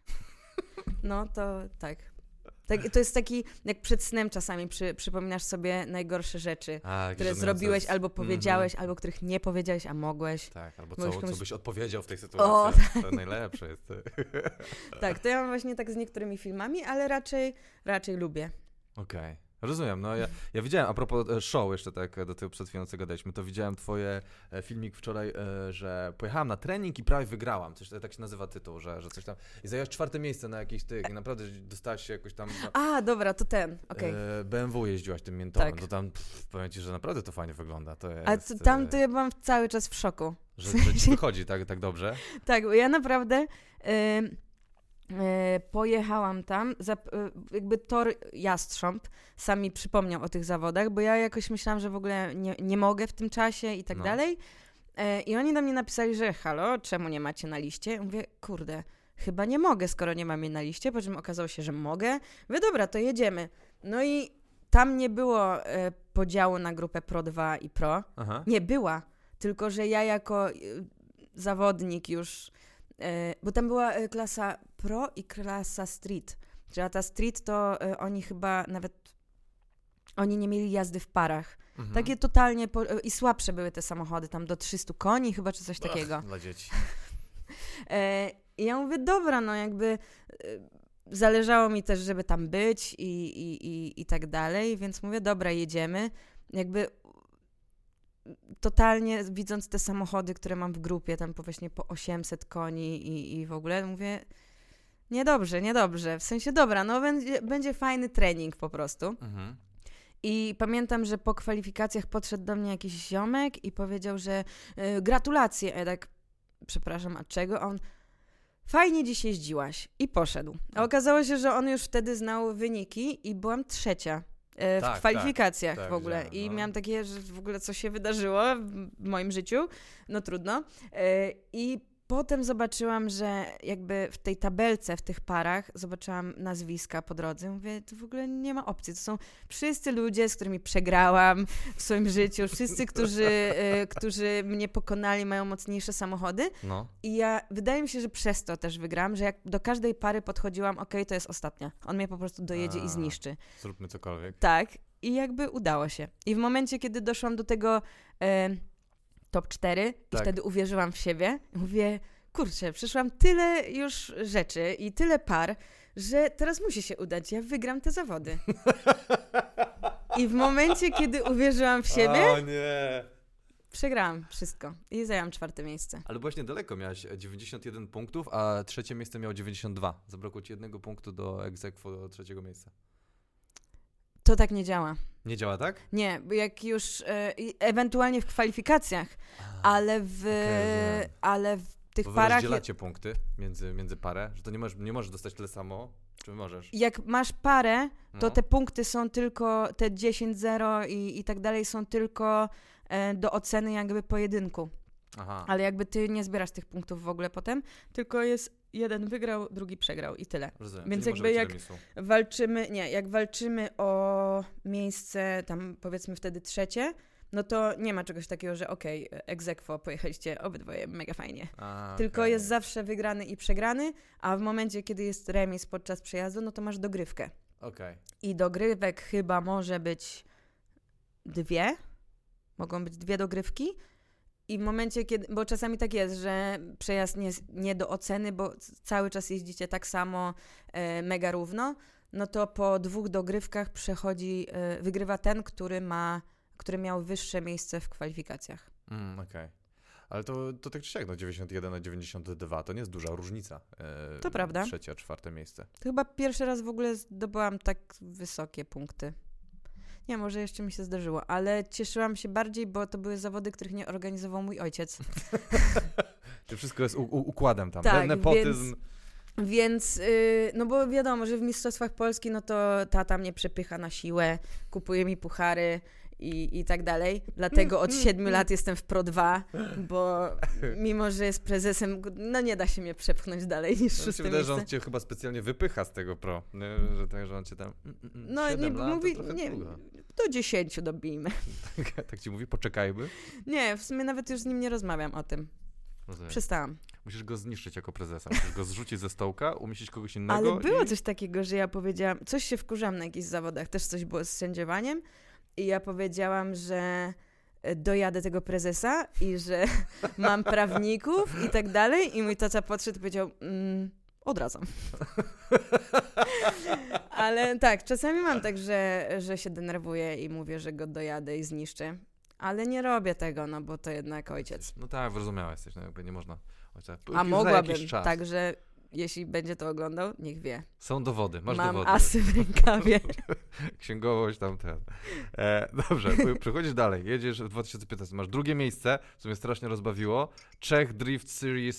No to tak. To jest taki, jak przed snem czasami przypominasz sobie najgorsze rzeczy, które zrobiłeś, albo powiedziałeś, albo których nie powiedziałeś, a mogłeś. Tak, albo co byś odpowiedział w tej sytuacji. To najlepsze jest. Tak, to ja mam właśnie tak z niektórymi filmami, ale raczej lubię. Okej. Rozumiem, no ja widziałem, a propos show, jeszcze tak do tego przed chwilą, co gadaliśmy, to widziałem twoje filmik wczoraj, że pojechałam na trening i prawie wygrałam, coś tak się nazywa tytuł, że coś tam, i zajęłaś 4. miejsce na jakichś tych i naprawdę dostałaś się jakoś tam... dobra, to ten, okej. BMW jeździłaś tym Mentorem, tak. To tam, powiem ci, że naprawdę to fajnie wygląda, to jest... A tam to ja byłam cały czas w szoku. Że ci wychodzi tak dobrze? Tak, bo ja naprawdę... pojechałam tam, jakby tor Jastrząb sam mi przypomniał o tych zawodach, bo ja jakoś myślałam, że w ogóle nie mogę w tym czasie i tak dalej. I oni do mnie napisali, że halo, czemu nie macie na liście? Ja mówię, kurde, chyba nie mogę, skoro nie mam jej na liście, po czym okazało się, że mogę. Mówię, dobra, to jedziemy. No i tam nie było podziału na grupę Pro 2 i Pro. Aha. Nie była, tylko że ja jako zawodnik już... bo tam była klasa Pro i klasa Street. Czyli ta Street to oni chyba nawet... Oni nie mieli jazdy w parach. Takie totalnie... I słabsze były te samochody, tam do 300 koni chyba, czy coś takiego. Dla dzieci. I ja mówię, dobra, no jakby... Zależało mi też, żeby tam być i tak dalej, więc mówię, dobra, jedziemy. Jakby... Totalnie widząc te samochody, które mam w grupie, tam właśnie po 800 koni i w ogóle, mówię, niedobrze, w sensie dobra, no będzie fajny trening po prostu. I pamiętam, że po kwalifikacjach podszedł do mnie jakiś ziomek i powiedział, że gratulacje, ja tak, przepraszam, a czego? On, fajnie dziś jeździłaś i poszedł. A okazało się, że on już wtedy znał wyniki i byłam 3. W kwalifikacjach w ogóle. I miałam takie, że w ogóle co się wydarzyło w moim życiu. No trudno. I potem zobaczyłam, że jakby w tej tabelce, w tych parach zobaczyłam nazwiska po drodze. Mówię, to w ogóle nie ma opcji. To są wszyscy ludzie, z którymi przegrałam w swoim życiu. Wszyscy, którzy mnie pokonali, mają mocniejsze samochody. No. I wydaje mi się, że przez to też wygrałam, że jak do każdej pary podchodziłam, to jest ostatnia. On mnie po prostu dojedzie i zniszczy. Zróbmy cokolwiek. Tak. i jakby udało się. I w momencie, kiedy doszłam do tego top 4 i wtedy uwierzyłam w siebie, mówię, kurczę, przeszłam tyle już rzeczy i tyle par, że teraz musi się udać, ja wygram te zawody. I w momencie, kiedy uwierzyłam w siebie, o nie, przegrałam wszystko i zajęłam 4. miejsce. Ale właśnie daleko, miałaś 91 punktów, a 3. miejsce miało 92. Zabrakło ci 1 punktu do ex aequo do 3. miejsca. To tak nie działa. Nie działa tak? Nie, bo jak już ewentualnie w kwalifikacjach, ale w tych Bo wy parach... rozdzielacie punkty między parę, że to nie możesz dostać tyle samo, czy możesz? Jak masz parę, to te punkty są tylko, te 10-0 i tak dalej są tylko do oceny jakby pojedynku. Aha. Ale jakby ty nie zbierasz tych punktów w ogóle potem, tylko jest jeden wygrał, drugi przegrał i tyle. Rozumiem. Więc czyli jakby jak walczymy o miejsce tam powiedzmy wtedy 3, no to nie ma czegoś takiego, że okej, ex aequo, pojechaliście obydwoje, mega fajnie. Tylko jest zawsze wygrany i przegrany, a w momencie, kiedy jest remis podczas przejazdu, no to masz dogrywkę. I dogrywek chyba może być 2, mogą być 2 dogrywki. I w momencie, kiedy, bo czasami tak jest, że przejazd nie do oceny, bo cały czas jeździcie tak samo, mega równo, no to po 2 dogrywkach wygrywa ten, który miał wyższe miejsce w kwalifikacjach. Ale to tak czy siak, 91 na 92, to nie jest duża różnica. To prawda. 3., 4. miejsce. To chyba pierwszy raz w ogóle zdobyłam tak wysokie punkty. Nie, może jeszcze mi się zdarzyło, ale cieszyłam się bardziej, bo to były zawody, których nie organizował mój ojciec. To wszystko jest układem tam, tak, nepotyzm. Więc, no bo wiadomo, że w Mistrzostwach Polski, no to tata mnie przepycha na siłę, kupuje mi puchary i tak dalej. Dlatego od 7 lat jestem w Pro 2, bo mimo, że jest prezesem, no nie da się mnie przepchnąć dalej niż 6. miejsce. Że on cię chyba specjalnie wypycha z tego Pro, nie? Że on cię tam no nie, mówi, nie, do 10 dobijmy. Tak ci mówi, poczekajmy? Nie, w sumie nawet już z nim nie rozmawiam o tym. Rozumiem. Przestałam. Musisz go zniszczyć jako prezesa. Musisz go zrzucić ze stołka, umieścić kogoś innego. Ale było coś takiego, że ja powiedziałam, coś się wkurzam na jakichś zawodach, też coś było z sędziowaniem i ja powiedziałam, że dojadę tego prezesa i że mam prawników i tak dalej i mój tata podszedł i powiedział, odradzam. Ale tak, czasami mam tak, że się denerwuję i mówię, że go dojadę i zniszczę. Ale nie robię tego, no bo to jednak ojciec. No tak, wyrozumiała jesteś, no jakby nie można. A mogłabym, także jeśli będzie to oglądał, niech wie. Są dowody, masz Mam dowody. Mam asy w rękawie. Księgowość tam ten. Dobrze, przechodzisz dalej, jedziesz w 2015, masz 2. miejsce, co mnie strasznie rozbawiło. Czech Drift Series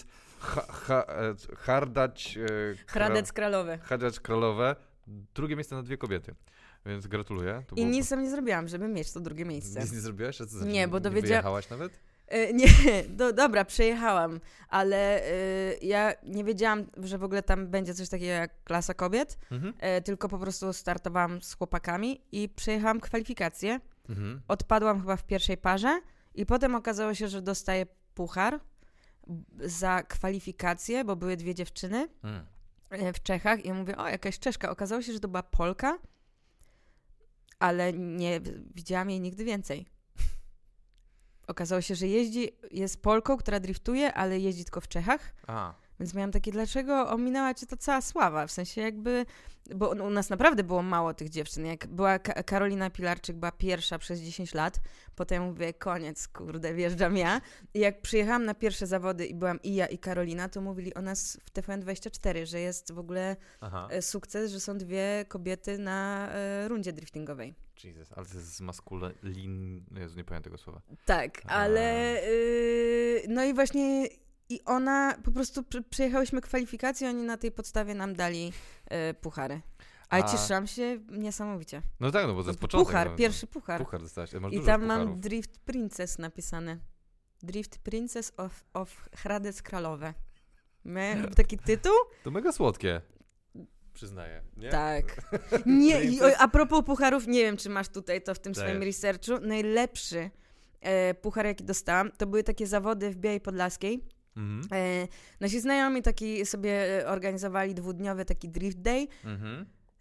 Hradec Kralowe. Hradec Kralowe. 2. miejsce na 2 kobiety. Więc gratuluję. I nic tam nie zrobiłam, żeby mieć to 2. miejsce. Nic nie zrobiłaś? A co znaczy, nie, bo nie wyjechałaś nawet? Nie, dobra, przejechałam, ale ja nie wiedziałam, że w ogóle tam będzie coś takiego jak klasa kobiet, tylko po prostu startowałam z chłopakami i przejechałam kwalifikacje. Odpadłam chyba w pierwszej parze i potem okazało się, że dostaję puchar za kwalifikacje, bo były 2 dziewczyny w Czechach i ja mówię, o, jakaś Czeszka. Okazało się, że to była Polka, ale nie widziałam jej nigdy więcej. Okazało się, że jest Polką, która driftuje, ale jeździ tylko w Czechach. Więc miałam takie, dlaczego ominęła cię ta cała sława? W sensie jakby, bo u nas naprawdę było mało tych dziewczyn. Jak była Karolina Pilarczyk, była pierwsza przez 10 lat, potem mówię, koniec, kurde, wjeżdżam ja. I jak przyjechałam na pierwsze zawody i byłam i ja, i Karolina, to mówili o nas w TVN24, że jest w ogóle sukces, że są 2 kobiety na rundzie driftingowej. Jesus, ale to jest z maskulin... Jezu, nie pamiętam tego słowa. Tak, ale no i właśnie i ona, po prostu przejechałyśmy kwalifikacje, oni na tej podstawie nam dali puchary. Ale cieszyłam się niesamowicie. No tak, no bo to jest początek. Puchar, pierwszy puchar. Puchar dostałaś, masz i dużo tam pucharów. Mam Drift Princess napisane. Drift Princess of Hradec Kralowe. Taki tytuł? To mega słodkie. Przyznaję, nie? Tak. Nie, a propos pucharów, nie wiem, czy masz tutaj to w tym swoim researchu. Najlepszy puchar, jaki dostałam, to były takie zawody w Białej Podlaskiej. Nasi znajomi taki sobie organizowali 2-dniowy taki drift day.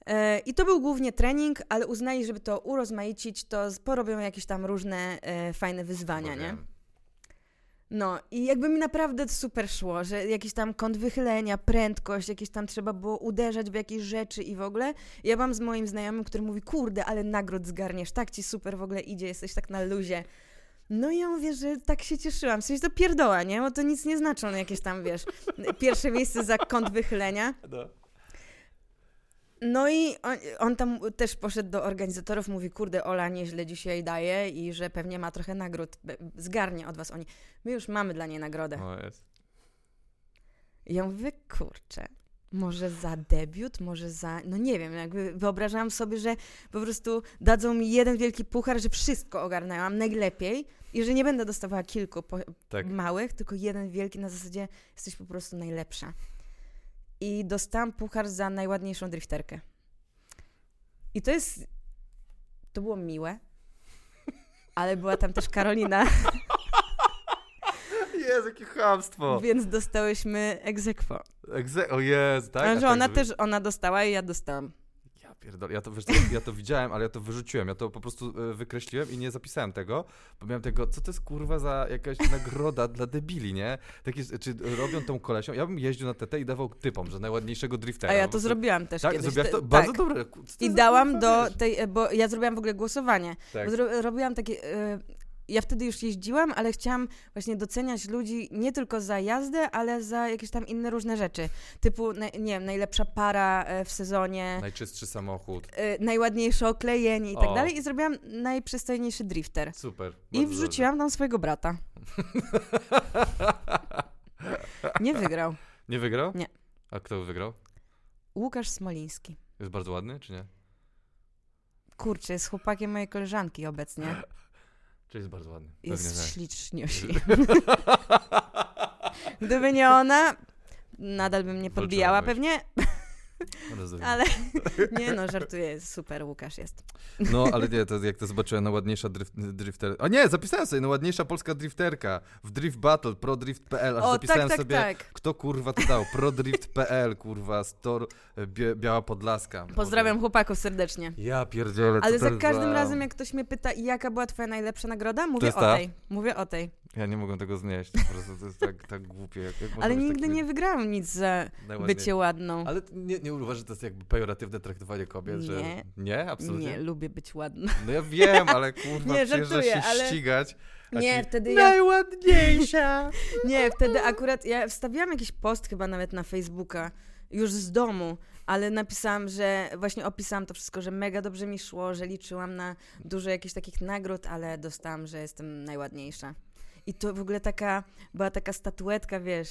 I to był głównie trening, ale uznali, żeby to urozmaicić, to porobią jakieś tam różne fajne wyzwania, nie? No i jakby mi naprawdę super szło, że jakiś tam kąt wychylenia, prędkość, jakieś tam trzeba było uderzać w jakieś rzeczy i w ogóle. Ja byłam z moim znajomym, który mówi, kurde, ale nagród zgarniesz, tak ci super w ogóle idzie, jesteś tak na luzie. No i ja mówię, że tak się cieszyłam. W sensie to pierdoła, nie? Bo to nic nie znaczy, no jakieś tam, wiesz, pierwsze miejsce za kąt wychylenia. No i on tam też poszedł do organizatorów, mówi, kurde, Ola nieźle dzisiaj daje i że pewnie ma trochę nagród, zgarnie od was oni. My już mamy dla niej nagrodę. O, jest. I ja mówię, kurczę, może za debiut, może za, no nie wiem, jakby wyobrażałam sobie, że po prostu dadzą mi jeden wielki puchar, że wszystko ogarnęłam najlepiej i że nie będę dostawała kilku małych, tylko jeden wielki na zasadzie jesteś po prostu najlepsza. I dostałam puchar za najładniejszą drifterkę. I to było miłe, ale była tam też Karolina. Jezu, jakie chamstwo. Więc dostałyśmy ex aequo. O Jezu, tak? Że ona dostała i ja dostałam. Ja pierdolę, ja to widziałem, ale ja to wyrzuciłem, ja to po prostu wykreśliłem i nie zapisałem tego, bo miałem tego, co to jest kurwa za jakaś nagroda dla debili, nie? Czy robią tą kolesią? Ja bym jeździł na TT i dawał typom, że najładniejszego driftera. A ja to zrobiłam też kiedyś. Zrobiłaś to? Bardzo dobre. I dałam do tej, bo ja zrobiłam w ogóle głosowanie. Tak. Bo robiłam takie... Ja wtedy już jeździłam, ale chciałam właśnie doceniać ludzi nie tylko za jazdę, ale za jakieś tam inne różne rzeczy. Typu, nie wiem, najlepsza para w sezonie. Najczystszy samochód. Najładniejsze oklejenie i tak dalej. I zrobiłam najprzystojniejszy drifter. Super. I wrzuciłam tam swojego brata. Nie wygrał. Nie wygrał? Nie. A kto wygrał? Łukasz Smoliński. Jest bardzo ładny, czy nie? Kurczę, jest chłopakiem mojej koleżanki obecnie. Czy jest bardzo ładny? Jest śliczniosi. Gdyby nie ona, nadal bym nie podbijała pewnie. Ale nie no, żartuję, jest super, Łukasz jest. No, ale nie, to jak to zobaczyłem, najładniejsza drifterka. O nie, zapisałem sobie, najładniejsza polska drifterka w Drift Battle, prodrift.pl, aż zapisałem sobie, kto kurwa to dał, prodrift.pl, kurwa, Stor, Biała Podlaska. Pozdrawiam chłopaków serdecznie. Ja pierdzielę. Ale za każdym razem, jak ktoś mnie pyta, jaka była twoja najlepsza nagroda, mówię o tej. Ja nie mogę tego znieść, po prostu to jest tak głupie. Jak ale nigdy nie wygrałam nic za bycie ładną. Ale nie uważasz, że to jest jakby pejoratywne traktowanie kobiet? Nie. Że... Nie? Absolutnie? Nie, lubię być ładna. No ja wiem, ale kurwa, nie, przyjeżdżasz się ale... ścigać. Nie, wtedy najładniejsza! Nie, wtedy akurat ja wstawiłam jakiś post chyba nawet na Facebooka, już z domu, ale napisałam, że właśnie opisałam to wszystko, że mega dobrze mi szło, że liczyłam na dużo jakichś takich nagród, ale dostałam, że jestem najładniejsza. I to w ogóle była taka statuetka, wiesz,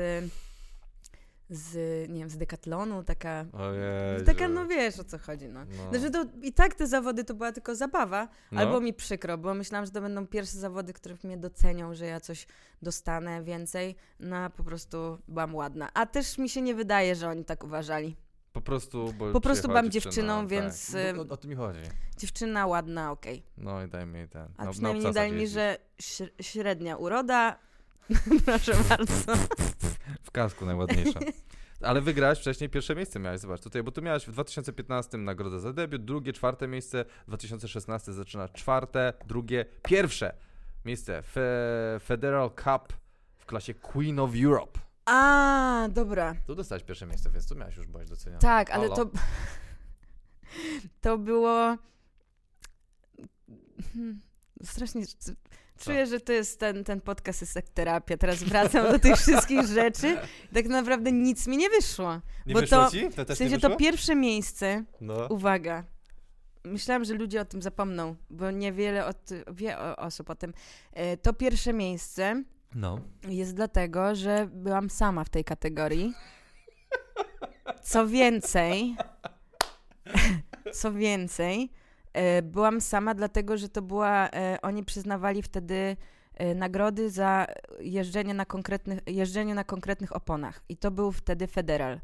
nie wiem, z Decathlonu, taka, no wiesz, o co chodzi, no. Znaczy to i tak te zawody to była tylko zabawa, ale było mi przykro, bo myślałam, że to będą pierwsze zawody, które mnie docenią, że ja coś dostanę więcej, no a po prostu byłam ładna. A też mi się nie wydaje, że oni tak uważali. Po prostu byłam dziewczyną, więc... No, o to mi chodzi. Dziewczyna ładna, okej. No i daj mi ten. A przynajmniej nie dali mi, że średnia uroda. Proszę bardzo. W kasku najładniejsza. Ale wygrałaś wcześniej, pierwsze miejsce miałaś, zobacz, tutaj, bo tu miałaś w 2015 nagrodę za debiut, drugie, czwarte miejsce, 2016 zaczyna czwarte, drugie, pierwsze miejsce Federal Cup w klasie Queen of Europe. A, dobra. Tu dostałaś pierwsze miejsce, więc tu miałaś już byłaś doceniona. Tak, ale to było... Strasznie... Czuję, że to jest ten podcast jest jak terapia. Teraz wracam do tych wszystkich rzeczy. Tak naprawdę nic mi nie wyszło. Nie wyszło ci? To też w sensie nie wyszło? to pierwsze miejsce, uwaga, myślałam, że ludzie o tym zapomną, bo niewiele wie osób o tym. To pierwsze miejsce jest dlatego, że byłam sama w tej kategorii. Co więcej, byłam sama dlatego, że to była, oni przyznawali wtedy nagrody za jeżdżenie na konkretnych oponach. I to był wtedy Federal.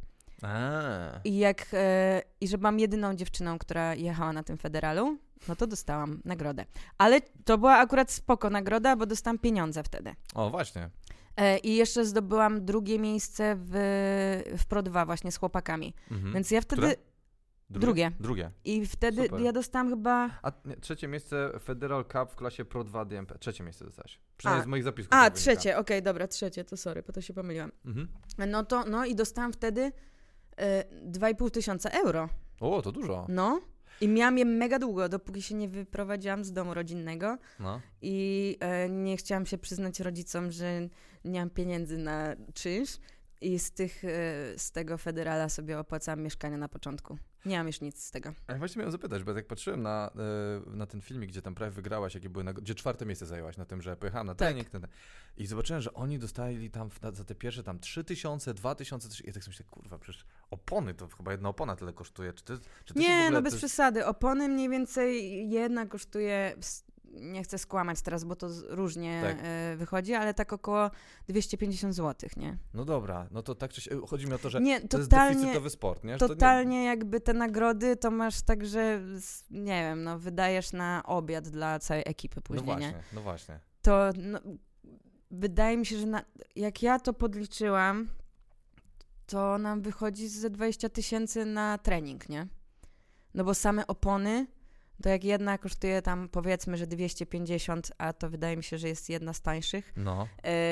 I że byłam jedyną dziewczyną, która jechała na tym Federalu, no to dostałam nagrodę. Ale to była akurat spoko nagroda, bo dostałam pieniądze wtedy. O, właśnie. I jeszcze zdobyłam drugie miejsce w Pro 2 właśnie z chłopakami. Więc ja wtedy... Drugie. Drugie. I wtedy Super. ja dostałam chyba... A nie, trzecie miejsce Federal Cup w klasie Pro 2 DMP. Trzecie miejsce dostałeś. Przynajmniej z moich zapisków. A, trzecie, okej, dobra, trzecie, to sorry, bo to się pomyliłam. Mhm. No i dostałam wtedy 2,5 tysiąca euro. O, to dużo. No. I miałam je mega długo, dopóki się nie wyprowadziłam z domu rodzinnego. No. I nie chciałam się przyznać rodzicom, że nie mam pieniędzy na czynsz. I z tego Federala sobie opłacałam mieszkanie na początku. Nie mam już nic z tego. A właśnie miałem zapytać, bo jak patrzyłem na ten filmik, gdzie tam prawie wygrałaś, gdzie 4. miejsce zajęłaś na tym, że pojechałam na trening. Tak. I zobaczyłem, że oni dostali tam za te pierwsze tam 3000, 2000, i tak sobie myślę, kurwa, przecież opony, to chyba jedna opona tyle kosztuje. Czy to nie, ogóle, bez przesady. Opony mniej więcej jedna kosztuje... Nie chcę skłamać teraz, bo to różnie wychodzi, ale tak około 250 zł, nie? No dobra, no to tak chodzi mi o to, że nie, to jest deficytowy sport, nie? Totalnie jakby te nagrody to masz tak, że nie wiem, no wydajesz na obiad dla całej ekipy później, nie? No właśnie. To wydaje mi się, że jak ja to podliczyłam, to nam wychodzi ze 20 000 na trening, nie? No bo same opony... To jak jedna kosztuje tam powiedzmy, że 250, a to wydaje mi się, że jest jedna z tańszych, no.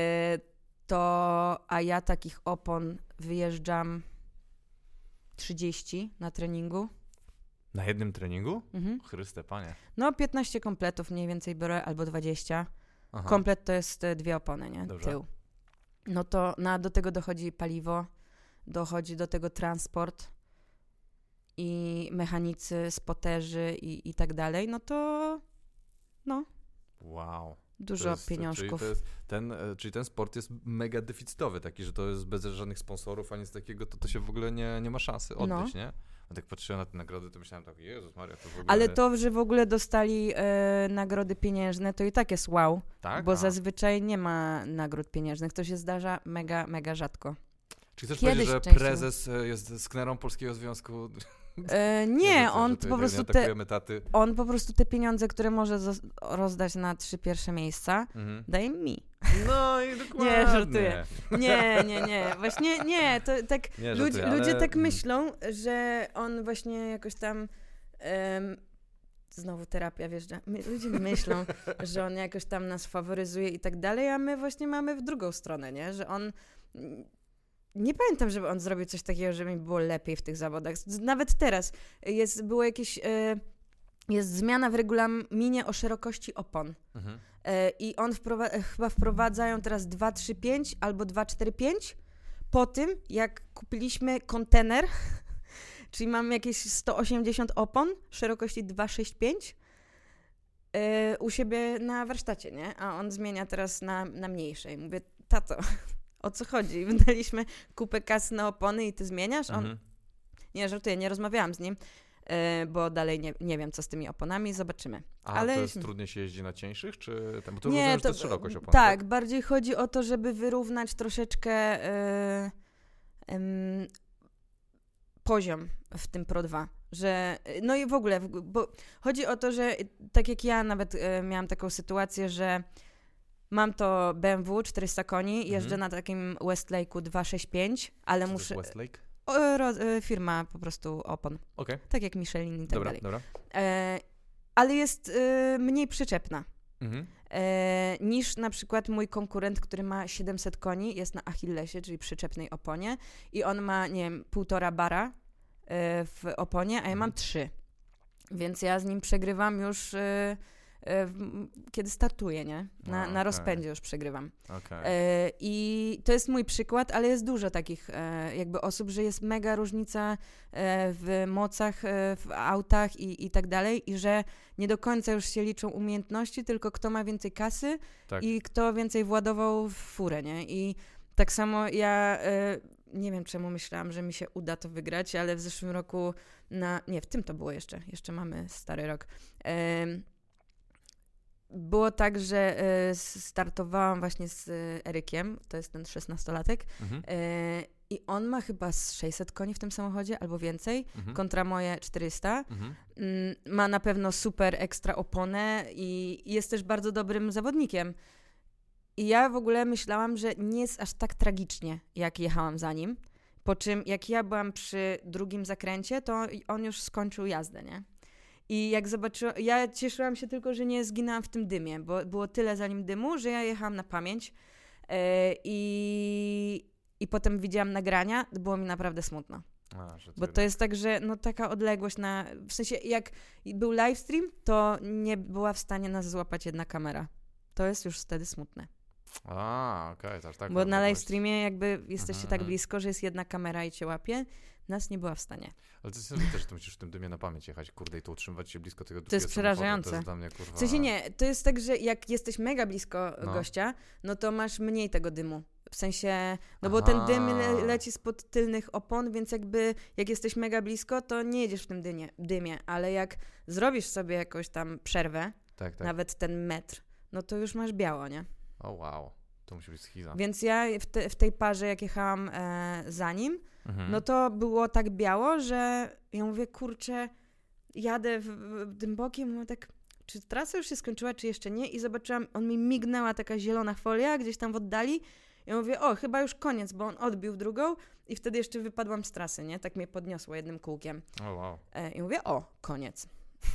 A ja takich opon wyjeżdżam 30 na treningu. Na jednym treningu? Mhm. Chryste, panie. No 15 kompletów mniej więcej biorę, albo 20. Aha. Komplet to jest 2 opony, nie? Dobrze. Tył. No to do tego dochodzi paliwo, dochodzi do tego transport i mechanicy, spoterzy i tak dalej, no to Wow. Dużo pieniążków. Czyli ten sport jest mega deficytowy, taki, że to jest bez żadnych sponsorów, ani z takiego, to się w ogóle nie ma szansy odbyć, nie? A tak patrzyłem na te nagrody, to myślałem tak, Jezus Maria, to w ogóle... Ale to, że w ogóle dostali nagrody pieniężne, to i tak jest wow, tak? Bo zazwyczaj nie ma nagród pieniężnych, to się zdarza mega, mega rzadko. Czy chcesz powiedzieć, że prezes jest sknerą Polskiego Związku... Nie, on po prostu te pieniądze, które może rozdać na 3 pierwsze miejsca, daje mi. No i dokładnie. Nie, żartuję. Nie. Właśnie nie, to tak nie, ludzie tak myślą, że on właśnie jakoś tam znowu terapia wjeżdża. Ludzie myślą, że on jakoś tam nas faworyzuje i tak dalej, a my właśnie mamy w drugą stronę, nie? Że on... Nie pamiętam, żeby on zrobił coś takiego, żeby mi było lepiej w tych zawodach. Nawet teraz jest zmiana w regulaminie o szerokości opon. Mhm. I on chyba wprowadzają teraz 2,35 albo 2,45 po tym, jak kupiliśmy kontener, czyli mamy jakieś 180 opon szerokości 2,65 u siebie na warsztacie, nie? A on zmienia teraz na mniejsze. I mówię, tato... O co chodzi? Wydaliśmy kupę kasy na opony i ty zmieniasz? On... Nie, żartuję, nie rozmawiałam z nim, bo dalej nie wiem, co z tymi oponami, zobaczymy. Ale to jest trudniej się jeździ na cieńszych, czy... Bo to nie, to jest szerokość opon. Tak, bardziej chodzi o to, żeby wyrównać troszeczkę poziom w tym Pro 2. Że, no i w ogóle, bo chodzi o to, że tak jak ja nawet miałam taką sytuację, że mam to BMW 400 koni, jeżdżę na takim Westlake'u 265, ale muszę... To jest Westlake? Firma po prostu opon. Okay. Tak jak Michelin i tak dalej. Dobra. Ale jest mniej przyczepna niż na przykład mój konkurent, który ma 700 koni, jest na Achillesie, czyli przyczepnej oponie i on ma, nie wiem, 1,5 bara w oponie, a ja mam 3. Więc ja z nim przegrywam już... kiedy startuję, nie? Na rozpędzie już przegrywam. Okay. I to jest mój przykład, ale jest dużo takich jakby osób, że jest mega różnica w mocach, w autach i tak dalej i że nie do końca już się liczą umiejętności, tylko kto ma więcej kasy i kto więcej władował w furę, nie? I tak samo ja nie wiem czemu myślałam, że mi się uda to wygrać, ale w zeszłym roku nie, w tym to było jeszcze mamy stary rok. Było tak, że startowałam właśnie z Erykiem, to jest ten 16-latek, i on ma chyba 600 koni w tym samochodzie, albo więcej, kontra moje 400. Ma na pewno super ekstra oponę i jest też bardzo dobrym zawodnikiem. I ja w ogóle myślałam, że nie jest aż tak tragicznie, jak jechałam za nim. Po czym jak ja byłam przy drugim zakręcie, to on już skończył jazdę, nie? I jak zobaczyłam, ja cieszyłam się tylko, że nie zginęłam w tym dymie, bo było tyle za nim dymu, że ja jechałam na pamięć i potem widziałam nagrania, było mi naprawdę smutno. Bo to jest tak, że no taka odległość w sensie jak był livestream, to nie była w stanie nas złapać jedna kamera. To jest już wtedy smutne. Okej, to aż tak. Bo na livestreamie jakby jesteście tak blisko, że jest jedna kamera i cię łapie, nas nie była w stanie. Ale to jest też, że ty musisz w tym dymie na pamięć jechać, kurde, i to utrzymywać się blisko tego drugiego. To jest przerażające. To jest dla mnie, kurwa... W sensie nie, to jest tak, że jak jesteś mega blisko gościa, no to masz mniej tego dymu. W sensie, no bo ten dym leci spod tylnych opon, więc jakby jak jesteś mega blisko, to nie jedziesz w tym dymie, ale jak zrobisz sobie jakąś tam przerwę, nawet ten metr, no to już masz biało, nie? Wow, to musi być schiza. Więc ja w tej parze, jak jechałam za nim, no to było tak biało, że ja mówię, kurczę, jadę tym bokiem, mówię tak, czy trasa już się skończyła, czy jeszcze nie? I zobaczyłam, mi mignęła taka zielona folia gdzieś tam w oddali. Ja mówię, chyba już koniec, bo on odbił w drugą i wtedy jeszcze wypadłam z trasy, nie? Tak mnie podniosło jednym kółkiem. Wow. I mówię, koniec.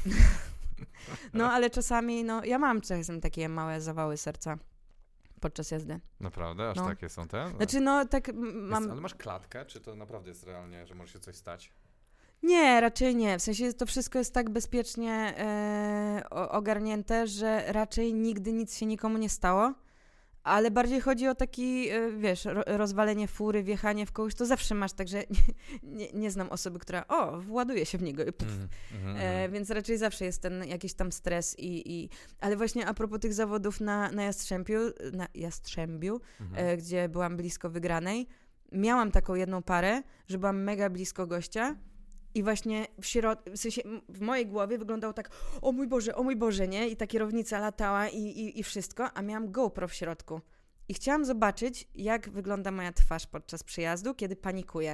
No, ale czasami, ja mam czasem takie małe zawały serca podczas jazdy. Naprawdę? Aż takie są te? Znaczy, tak mam... Ale masz klatkę? Czy to naprawdę jest realnie, że może się coś stać? Nie, raczej nie. W sensie to wszystko jest tak bezpiecznie ogarnięte, że raczej nigdy nic się nikomu nie stało. Ale bardziej chodzi o taki, wiesz, rozwalenie fury, wjechanie w kogoś, to zawsze masz, także nie znam osoby, która, właduje się w niego. Więc raczej zawsze jest ten jakiś tam stres ale właśnie a propos tych zawodów na Jastrzębiu, gdzie byłam blisko wygranej, miałam taką jedną parę, że byłam mega blisko gościa. I właśnie w sensie w mojej głowie wyglądało tak, o mój Boże, nie? I ta kierownica latała i wszystko, a miałam GoPro w środku. I chciałam zobaczyć, jak wygląda moja twarz podczas przejazdu, kiedy panikuję.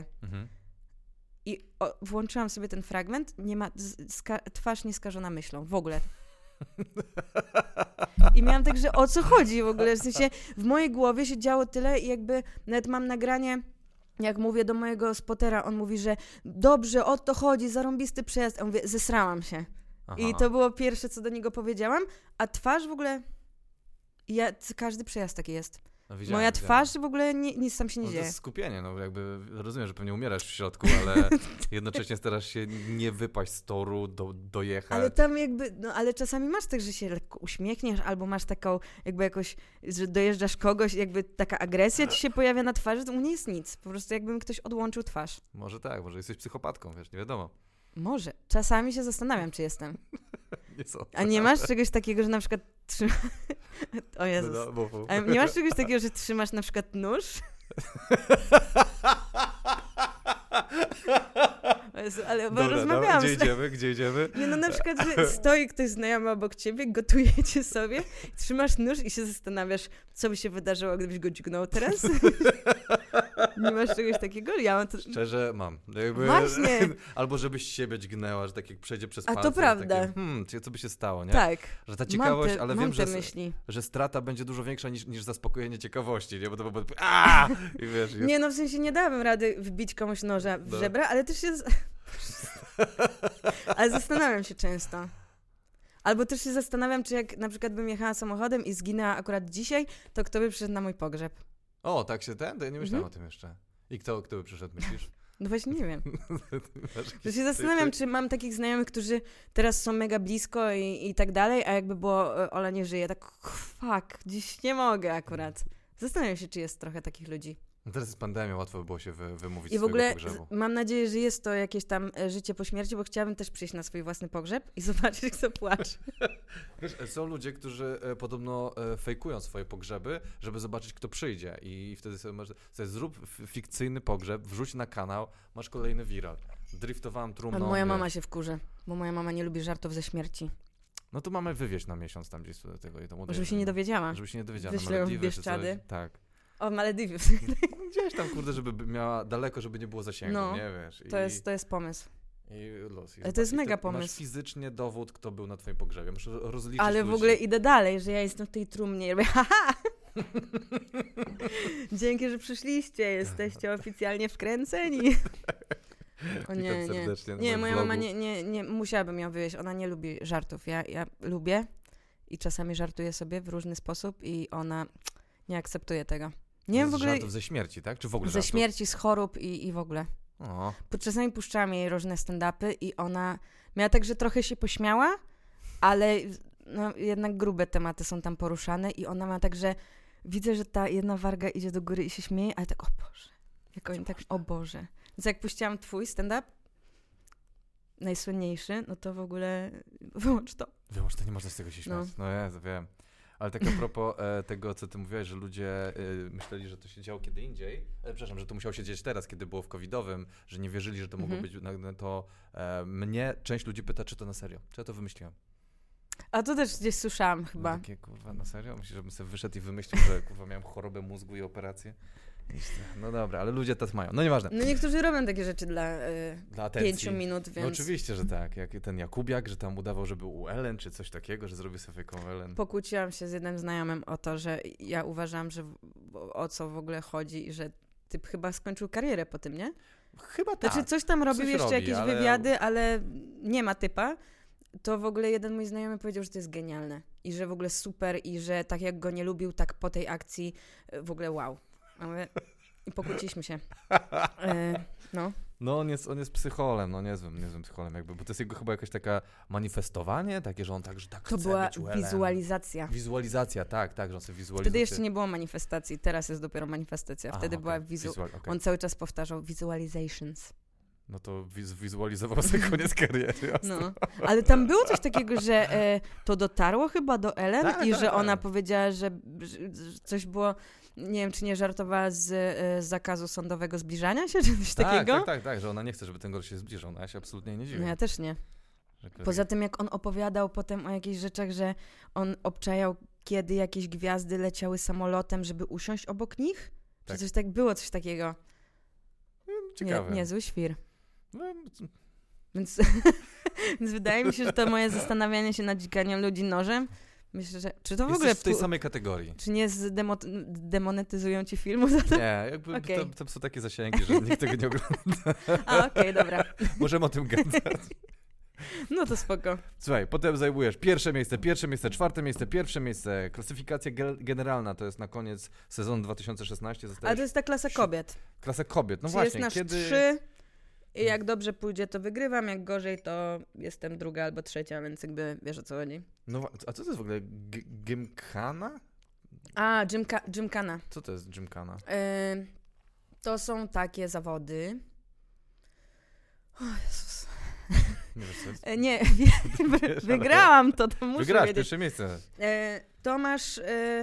I włączyłam sobie ten fragment, nie ma twarz nieskażona myślą, w ogóle. I miałam tak, że o co chodzi w ogóle? W sensie w mojej głowie się działo tyle i jakby nawet mam nagranie. Jak mówię do mojego spotera, on mówi, że dobrze, o to chodzi, zarąbisty przejazd. A mówię, zesrałam się. I to było pierwsze, co do niego powiedziałam. A twarz w ogóle... każdy przejazd taki jest. Moja twarz w ogóle nic tam się nie dzieje. To jest skupienie, jakby rozumiem, że pewnie umierasz w środku, ale jednocześnie starasz się nie wypaść z toru, dojechać. Ale tam jakby, ale czasami masz tak, że się lekko uśmiechniesz, albo masz taką jakby jakoś, że dojeżdżasz kogoś, jakby taka agresja ci się pojawia na twarzy, to u mnie jest nic. Po prostu jakby mi ktoś odłączył twarz. Może tak, może jesteś psychopatką, wiesz, nie wiadomo. Może. Czasami się zastanawiam, czy jestem. Nie sądzę. A nie masz czegoś takiego, że na przykład O Jezus. A nie masz czegoś takiego, że trzymasz na przykład nóż? O Jezu, ale bo rozmawiałam. Gdzie idziemy? Nie, na przykład, że stoi ktoś znajomy obok ciebie, gotujecie sobie, trzymasz nóż i się zastanawiasz, co by się wydarzyło, gdybyś go dźgnął teraz? Nie masz czegoś takiego? Ja mam to... Szczerze mam. Właśnie. Albo żebyś siebie dźgnęła, że tak jak przejdzie przez palce. A to prawda. Takie, co by się stało, nie? Tak. Że ta ciekawość, ale wiem, że strata będzie dużo większa niż zaspokojenie ciekawości, nie? Bo to byłoby i wiesz... Nie, w sensie nie dałabym rady wbić komuś noża w żebra, ale też się... Ale zastanawiam się często. Albo też się zastanawiam, czy jak na przykład bym jechała samochodem i zginęła akurat dzisiaj, to kto by przyszedł na mój pogrzeb? O, tak się To ja nie myślałem o tym jeszcze. I kto by przyszedł, myślisz? No właśnie nie wiem. To się zastanawiam, czy mam takich znajomych, którzy teraz są mega blisko i tak dalej, a jakby było Ola nie żyje, tak fuck, dziś nie mogę akurat. Zastanawiam się, czy jest trochę takich ludzi. No teraz jest pandemia, łatwo by było się wymówić I w ogóle pogrzebu. Mam nadzieję, że jest to jakieś tam życie po śmierci, bo chciałabym też przyjść na swój własny pogrzeb i zobaczyć, kto płacze. Wiesz, są ludzie, którzy podobno fejkują swoje pogrzeby, żeby zobaczyć, kto przyjdzie. I wtedy sobie zrób fikcyjny pogrzeb, wrzuć na kanał, masz kolejny viral. Driftowałam trumną. Ale moja mama się wkurzy, bo moja mama nie lubi żartów ze śmierci. No to mamy wywieźć na miesiąc tam gdzieś do tego. Żeby się nie dowiedziała. Żeby się nie dowiedziała. Wyślę ją w Bieszczady. Tak. O, Malediwy. Gdzieś tam, kurde, żeby miała daleko, żeby nie było zasięgu, nie wiesz. To jest pomysł. I los. Ale to jest mega pomysł. Masz fizycznie dowód, kto był na twoim pogrzebie. Muszę rozliczyć Ale ludzi. w ogóle idę dalej, że ja jestem w tej trumnie i robię haha. Dzięki, że przyszliście. Jesteście oficjalnie wkręceni. O nie, nie. Nie, moja mama nie musiałabym ją wywieźć. Ona nie lubi żartów. Ja lubię i czasami żartuję sobie w różny sposób i ona nie akceptuje tego. Nie wiem w ogóle... Żartów ze śmierci, tak? Czy w ogóle ze śmierci, z chorób i w ogóle. O. Czasami puszczałam jej różne stand-upy i ona miała tak, że trochę się pośmiała, ale no, jednak grube tematy są tam poruszane i ona ma tak, że widzę, że ta jedna warga idzie do góry i się śmieje, ale tak, o Boże. Jak oni tak, o Boże. Więc jak puściłam twój stand-up, najsłynniejszy, no to w ogóle wyłącz to. Wyłącz to, nie można z tego się śmiać. No ja wiem. Ale tak a propos tego, co ty mówiłeś, że ludzie myśleli, że to się działo kiedy indziej, przepraszam, że to musiało się dziać teraz, kiedy było w covidowym, że nie wierzyli, że to mogło być, to mnie część ludzi pyta, czy to na serio, czy ja to wymyśliłem. A to też gdzieś słyszałam chyba. No takie, kurwa, na serio? Myślisz, żebym sobie wyszedł i wymyślił, że kurwa miałem chorobę mózgu i operację? No dobra, ale ludzie tak mają. No nieważne. No niektórzy robią takie rzeczy dla 5 minut, więc... No oczywiście, że tak. Jak ten Jakubiak, że tam udawał, że był u Ellen, czy coś takiego, że zrobił sobie fejkową Ellen. Pokłóciłam się z jednym znajomym o to, że ja uważam, że o co w ogóle chodzi i że typ chyba skończył karierę po tym, nie? Chyba tak. Znaczy coś tam robił, jeszcze jakieś wywiady, ale nie ma typa. To w ogóle jeden mój znajomy powiedział, że to jest genialne i że w ogóle super i że tak jak go nie lubił, tak po tej akcji w ogóle wow. I pokłóciliśmy się. No. No on jest psycholem, no niezłym psycholem jakby, bo to jest jego chyba jakaś taka manifestowanie, takie, że on tak, że tak to chce była być Ellen. wizualizacja. Wizualizacja, tak, że on sobie wizualizuje. Wtedy jeszcze nie było manifestacji, teraz jest dopiero manifestacja. Wtedy była On cały czas powtarzał visualizations. No to wizualizował sobie koniec kariery. No, ale tam było coś takiego, że to dotarło chyba do Ellen że ona powiedziała, że coś było, nie wiem, czy nie żartowała z zakazu sądowego zbliżania się, czy coś takiego? Tak, że ona nie chce, żeby ten gość się zbliżał. No ja się absolutnie nie dziwię. No ja też nie. Poza tym, jak on opowiadał potem o jakichś rzeczach, że on obczajał, kiedy jakieś gwiazdy leciały samolotem, żeby usiąść obok nich? Czy coś tak było, coś takiego? Ciekawe. Niezły świr. Więc wydaje mi się, że to moje zastanawianie się nad dzikaniem ludzi nożem, myślę, że... Czy to w ogóle w tej samej kategorii. Czy nie demonetyzują ci filmu za to? Nie, jakby to są takie zasięgi, że nikt tego nie ogląda. Okej, dobra. Możemy o tym gadać. No to spoko. Słuchaj, potem zajmujesz pierwsze miejsce, czwarte miejsce, pierwsze miejsce. Klasyfikacja generalna to jest na koniec sezonu 2016. Ale to jest ta klasa kobiet. Klasa kobiet, no czyli właśnie. Jest nasz 3 i jak dobrze pójdzie, to wygrywam, jak gorzej, to jestem druga albo trzecia, więc jakby wiesz, o co chodzi. No, a co to jest w ogóle? Gymkhana? A, gymkhana. Co to jest gymkhana? To są takie zawody. O Jezus. Nie wiesz, co jest? Nie, wygrałam to muszę Wygrałaś wiedzieć. pierwsze miejsce. To masz...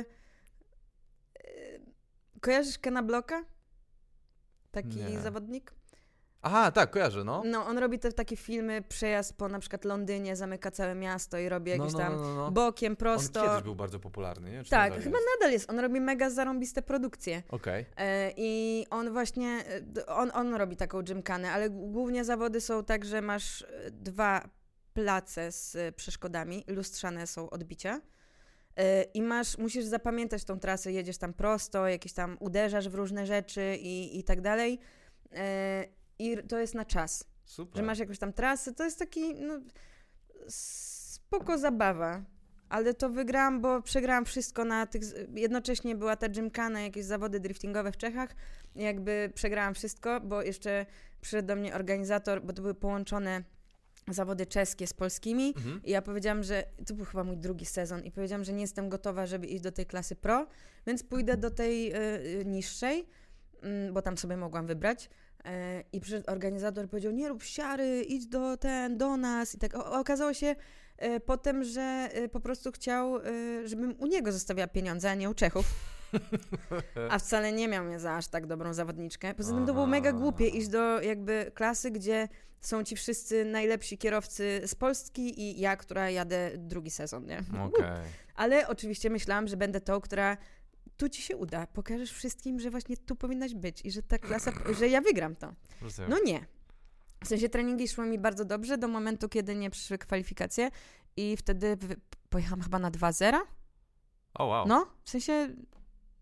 kojarzysz Kena Blocka? Taki zawodnik? Aha, tak, kojarzę, no. No, on robi te takie filmy, przejazd po na przykład Londynie, zamyka całe miasto i robi jakieś tam bokiem, prosto. On kiedyś był bardzo popularny, nie? Czy tak, chyba nadal jest. On robi mega zarąbiste produkcje. Okej. I on właśnie, on robi taką gymkhanę, ale głównie zawody są tak, że masz 2 place z przeszkodami, lustrzane są odbicia. I musisz zapamiętać tą trasę, jedziesz tam prosto, jakieś tam uderzasz w różne rzeczy i tak dalej. I to jest na czas. Super. Że masz jakąś tam trasę, to jest taki spoko zabawa. Ale to wygrałam, bo przegrałam wszystko na tych... Jednocześnie była ta gymkhana, jakieś zawody driftingowe w Czechach. Jakby przegrałam wszystko, bo jeszcze przyszedł do mnie organizator, bo to były połączone zawody czeskie z polskimi i ja powiedziałam, że to był chyba mój 2. sezon i powiedziałam, że nie jestem gotowa, żeby iść do tej klasy pro, więc pójdę do tej niższej, bo tam sobie mogłam wybrać. I organizator powiedział, nie rób siary, idź do nas i tak. Okazało się potem, że po prostu chciał, żebym u niego zostawiała pieniądze, a nie u Czechów. A wcale nie miał mnie za aż tak dobrą zawodniczkę. Poza tym to było mega głupie iść do jakby klasy, gdzie są ci wszyscy najlepsi kierowcy z Polski i ja, która jadę 2. sezon, nie? Okay. Ale oczywiście myślałam, że będę tą, która tu ci się uda, pokażesz wszystkim, że właśnie tu powinnaś być i że ta klasa, że ja wygram to. Rozumiem. No nie. W sensie treningi szły mi bardzo dobrze do momentu, kiedy nie przyszły kwalifikacje i wtedy pojechałam chyba na 2-0. Oh, wow. No, w sensie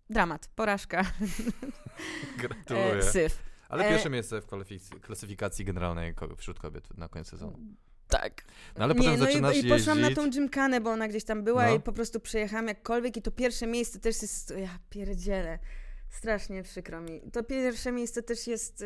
dramat, porażka. Gratuluję. Syf. Ale pierwsze miejsce w klasyfikacji generalnej wśród kobiet na koniec sezonu. Tak. No ale potem zaczynasz jeździć. I poszłam na tą gymkanę, bo ona gdzieś tam była i po prostu przejechałam jakkolwiek i to pierwsze miejsce też jest... Ja pierdzielę. Strasznie przykro mi. To pierwsze miejsce też jest...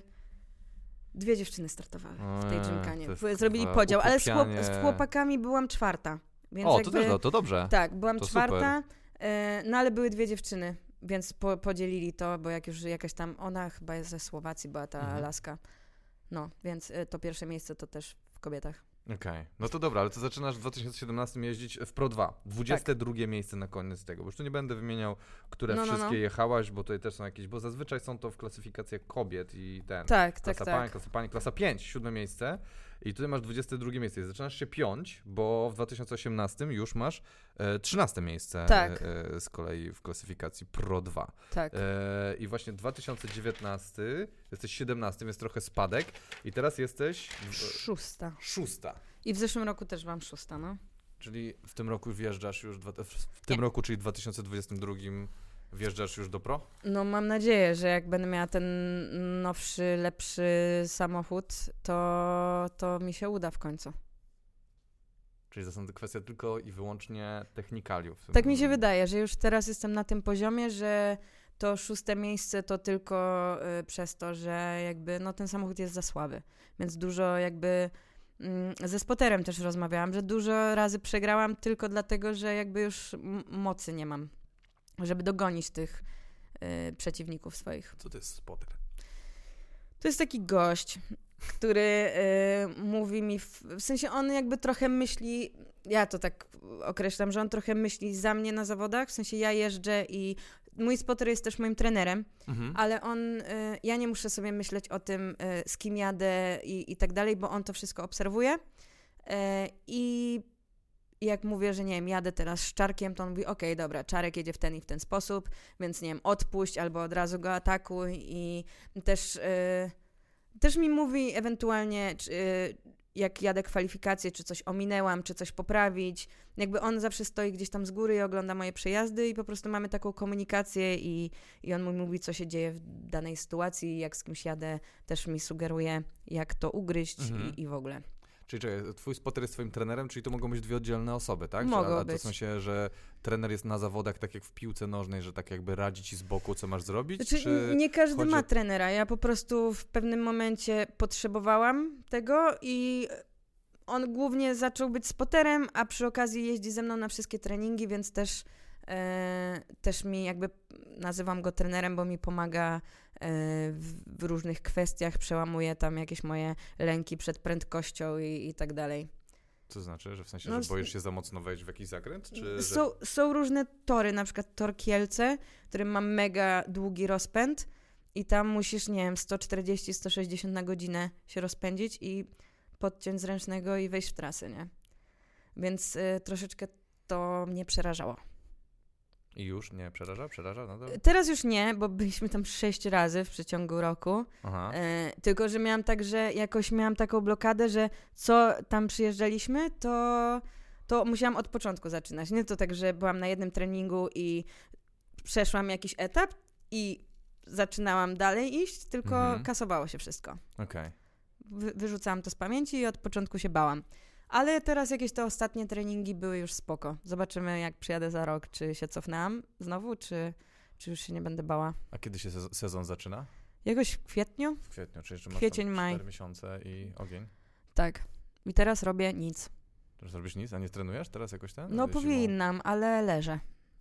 2 dziewczyny startowały w tej gymkanie. Zrobili podział, ale z chłopakami byłam 4. Więc to dobrze. Tak, byłam 4, no ale były 2 dziewczyny, więc podzielili to, bo jak już jakaś tam, ona chyba jest ze Słowacji, była ta laska. No, więc to pierwsze miejsce to też w kobietach. Okej. No to dobra, ale to zaczynasz w 2017 jeździć w Pro 2. 22 miejsce na koniec tego, bo już tu nie będę wymieniał, które wszystkie jechałaś, bo tutaj też są jakieś, bo zazwyczaj są to w klasyfikacjach kobiet i klasa pań, klasa pani, klasa 5, 7 miejsce i tutaj masz 22 miejsce i zaczynasz się piąć, bo w 2018 już masz 13 miejsce z kolei w klasyfikacji Pro 2. Tak. I właśnie 2019 jesteś 17, więc trochę spadek i teraz jesteś 6. I w zeszłym roku też byłam 6, no. Czyli w tym roku wjeżdżasz już, w tym roku, czyli 2022 wjeżdżasz już do Pro? No mam nadzieję, że jak będę miała ten nowszy, lepszy samochód, to mi się uda w końcu. Czyli to kwestia tylko i wyłącznie technikaliów. Tak mi się wydaje, że już teraz jestem na tym poziomie, że to 6. miejsce to tylko przez to, że jakby ten samochód jest za słaby. Więc dużo jakby ze spoterem też rozmawiałam, że dużo razy przegrałam tylko dlatego, że jakby już mocy nie mam, żeby dogonić tych przeciwników swoich. Co to jest spoter? To jest taki gość, który mówi mi, w sensie on jakby trochę myśli, ja to tak określam, że on trochę myśli za mnie na zawodach, w sensie ja jeżdżę i mój spotter jest też moim trenerem, ale ja nie muszę sobie myśleć o tym, z kim jadę i tak dalej, bo on to wszystko obserwuje i jak mówię, że nie wiem, jadę teraz z Czarkiem, to on mówi, okej, dobra, Czarek jedzie w ten i w ten sposób, więc nie wiem, odpuść albo od razu go atakuj i też mi mówi ewentualnie, jak jadę kwalifikacje, czy coś ominęłam, czy coś poprawić. Jakby on zawsze stoi gdzieś tam z góry i ogląda moje przejazdy i po prostu mamy taką komunikację i on mi mówi, co się dzieje w danej sytuacji, jak z kimś jadę, też mi sugeruje, jak to ugryźć i w ogóle. Czyli twój spotter jest twoim trenerem, czyli to mogą być 2 oddzielne osoby, tak? Mogą być. To w sensie, że trener jest na zawodach tak jak w piłce nożnej, że tak jakby radzi ci z boku, co masz zrobić? Znaczy, czy nie każdy ma trenera. Ja po prostu w pewnym momencie potrzebowałam tego i on głównie zaczął być spotterem, a przy okazji jeździ ze mną na wszystkie treningi, więc też mi jakby, nazywam go trenerem, bo mi pomaga w różnych kwestiach, przełamuje tam jakieś moje lęki przed prędkością i tak dalej. Co znaczy? Że w sensie, że boisz się za mocno wejść w jakiś zakręt? Czy, są różne tory, na przykład tor Kielce, w którym mam mega długi rozpęd i tam musisz, nie wiem, 140-160 na godzinę się rozpędzić i podciąć z ręcznego i wejść w trasę, nie? Więc troszeczkę to mnie przerażało. I już nie przeraża? Nadal? Teraz już nie, bo byliśmy tam 6 razy w przeciągu roku. Tylko, że miałam tak, że jakoś miałam taką blokadę, że co tam przyjeżdżaliśmy, to musiałam od początku zaczynać. Nie to tak, że byłam na jednym treningu i przeszłam jakiś etap i zaczynałam dalej iść, tylko kasowało się wszystko. Okej. Wyrzucałam to z pamięci i od początku się bałam. Ale teraz jakieś te ostatnie treningi były już spoko. Zobaczymy, jak przyjadę za rok, czy się cofnęłam znowu, czy już się nie będę bała. A kiedy się sezon zaczyna? Jakoś w kwietniu? W kwietniu, czyli jeszcze masz kwiecień, maj. 4 miesiące i ogień. Tak. I teraz robię nic. Teraz robisz nic? A nie trenujesz teraz jakoś ten? No powinnam, ale leżę.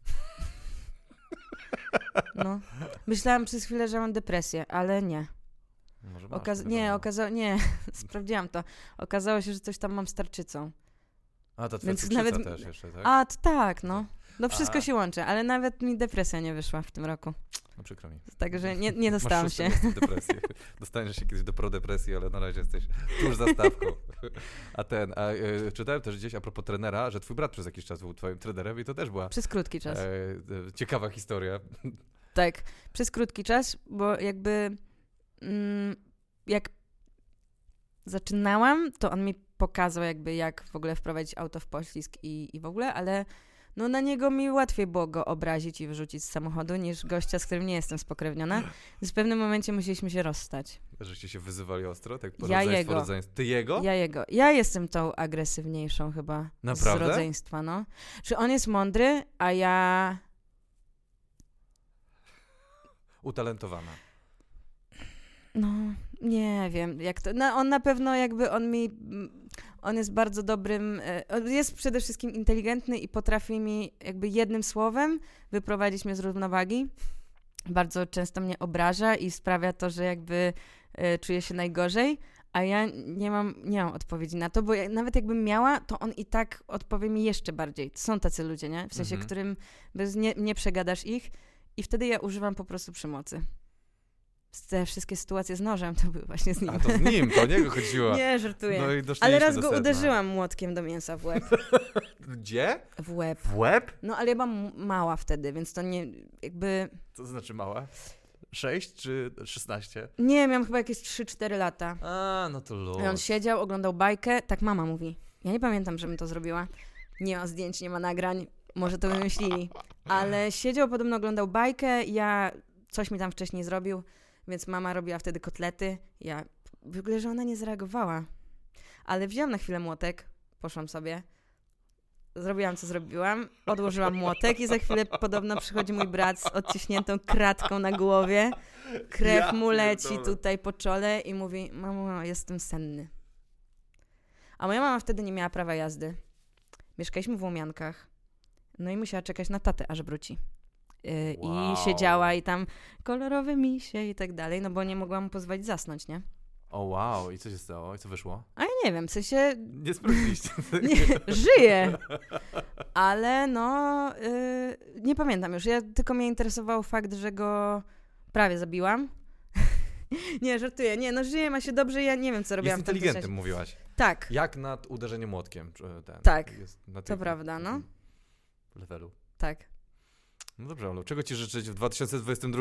No. Myślałam przez chwilę, że mam depresję, ale nie. Może masz, nie, sprawdziłam to. Okazało się, że coś tam mam z tarczycą. A, ta twoja cukrzyca też jeszcze, tak? A, to tak, no. No wszystko się łączy, ale nawet mi depresja nie wyszła w tym roku. No przykro mi. Także nie dostałam się. Depresję. Dostaniesz się kiedyś do prodepresji, ale na razie jesteś tuż za stawką. Czytałem też gdzieś a propos trenera, że twój brat przez jakiś czas był twoim trenerem i to też była... Przez krótki czas. Ciekawa historia. Tak, przez krótki czas, bo jakby jak zaczynałam, to on mi pokazał jakby jak w ogóle wprowadzić auto w poślizg i w ogóle, ale No na niego mi łatwiej było go obrazić i wyrzucić z samochodu, niż gościa, z którym nie jestem spokrewniona. Więc w pewnym momencie musieliśmy się rozstać. Żeście się wyzywali ostro? Tak Ja jego. Ty jego? Ja jego. Ja jestem tą agresywniejszą chyba Naprawdę? z rodzeństwa, no. Że on jest mądry, a ja... Utalentowana. No, nie wiem, jak to... No, on na pewno jakby, on jest bardzo dobrym... On jest przede wszystkim inteligentny i potrafi mi jakby jednym słowem wyprowadzić mnie z równowagi. Bardzo często mnie obraża i sprawia to, że jakby czuję się najgorzej, a ja nie mam odpowiedzi na to, bo nawet jakbym miała, to on i tak odpowie mi jeszcze bardziej. To są tacy ludzie, nie? W sensie, którym nie przegadasz ich i wtedy ja używam po prostu przemocy. Te wszystkie sytuacje z nożem to były właśnie z nim. A to z nim, to o niego chodziło. Nie, żartuję. No i ale raz go uderzyłam młotkiem do mięsa w łeb. Gdzie? W łeb. W łeb? No, ale ja byłam mała wtedy, więc to nie, jakby... Co to znaczy mała? 6 czy 16? Nie, miałam chyba jakieś 3-4 lata. A, no to luz. I on siedział, oglądał bajkę, tak mama mówi. Ja nie pamiętam, żebym to zrobiła. Nie ma zdjęć, nie ma nagrań, może to wymyślili. Ale siedział, podobno oglądał bajkę, coś mi tam wcześniej zrobił, więc mama robiła wtedy kotlety. W ogóle, że ona nie zareagowała. Ale wzięłam na chwilę młotek, poszłam sobie, zrobiłam, co zrobiłam, odłożyłam młotek i za chwilę podobno przychodzi mój brat z odciśniętą kratką na głowie. Krew mu leci tutaj po czole i mówi, mamo, jestem senny. A moja mama wtedy nie miała prawa jazdy. Mieszkaliśmy w Łomiankach. No i musiała czekać na tatę, aż wróci. Wow. I siedziała i tam kolorowe misie i tak dalej, no bo nie mogłam mu pozwolić zasnąć, nie? O wow, i co się stało? I co wyszło? A ja nie wiem, w sensie... Nie sprawdziliście. Nie, żyję. Ale no, nie pamiętam już. Tylko mnie interesował fakt, że go prawie zabiłam. Nie, żartuję. Nie, no żyję, ma się dobrze, ja nie wiem, co robiłam. Jest inteligentnym, mówiłaś. Tak. Jak nad uderzeniem młotkiem. Tak, jest to prawda, no. Levelu. Tak. No dobrze, Olu, czego ci życzyć w 2022?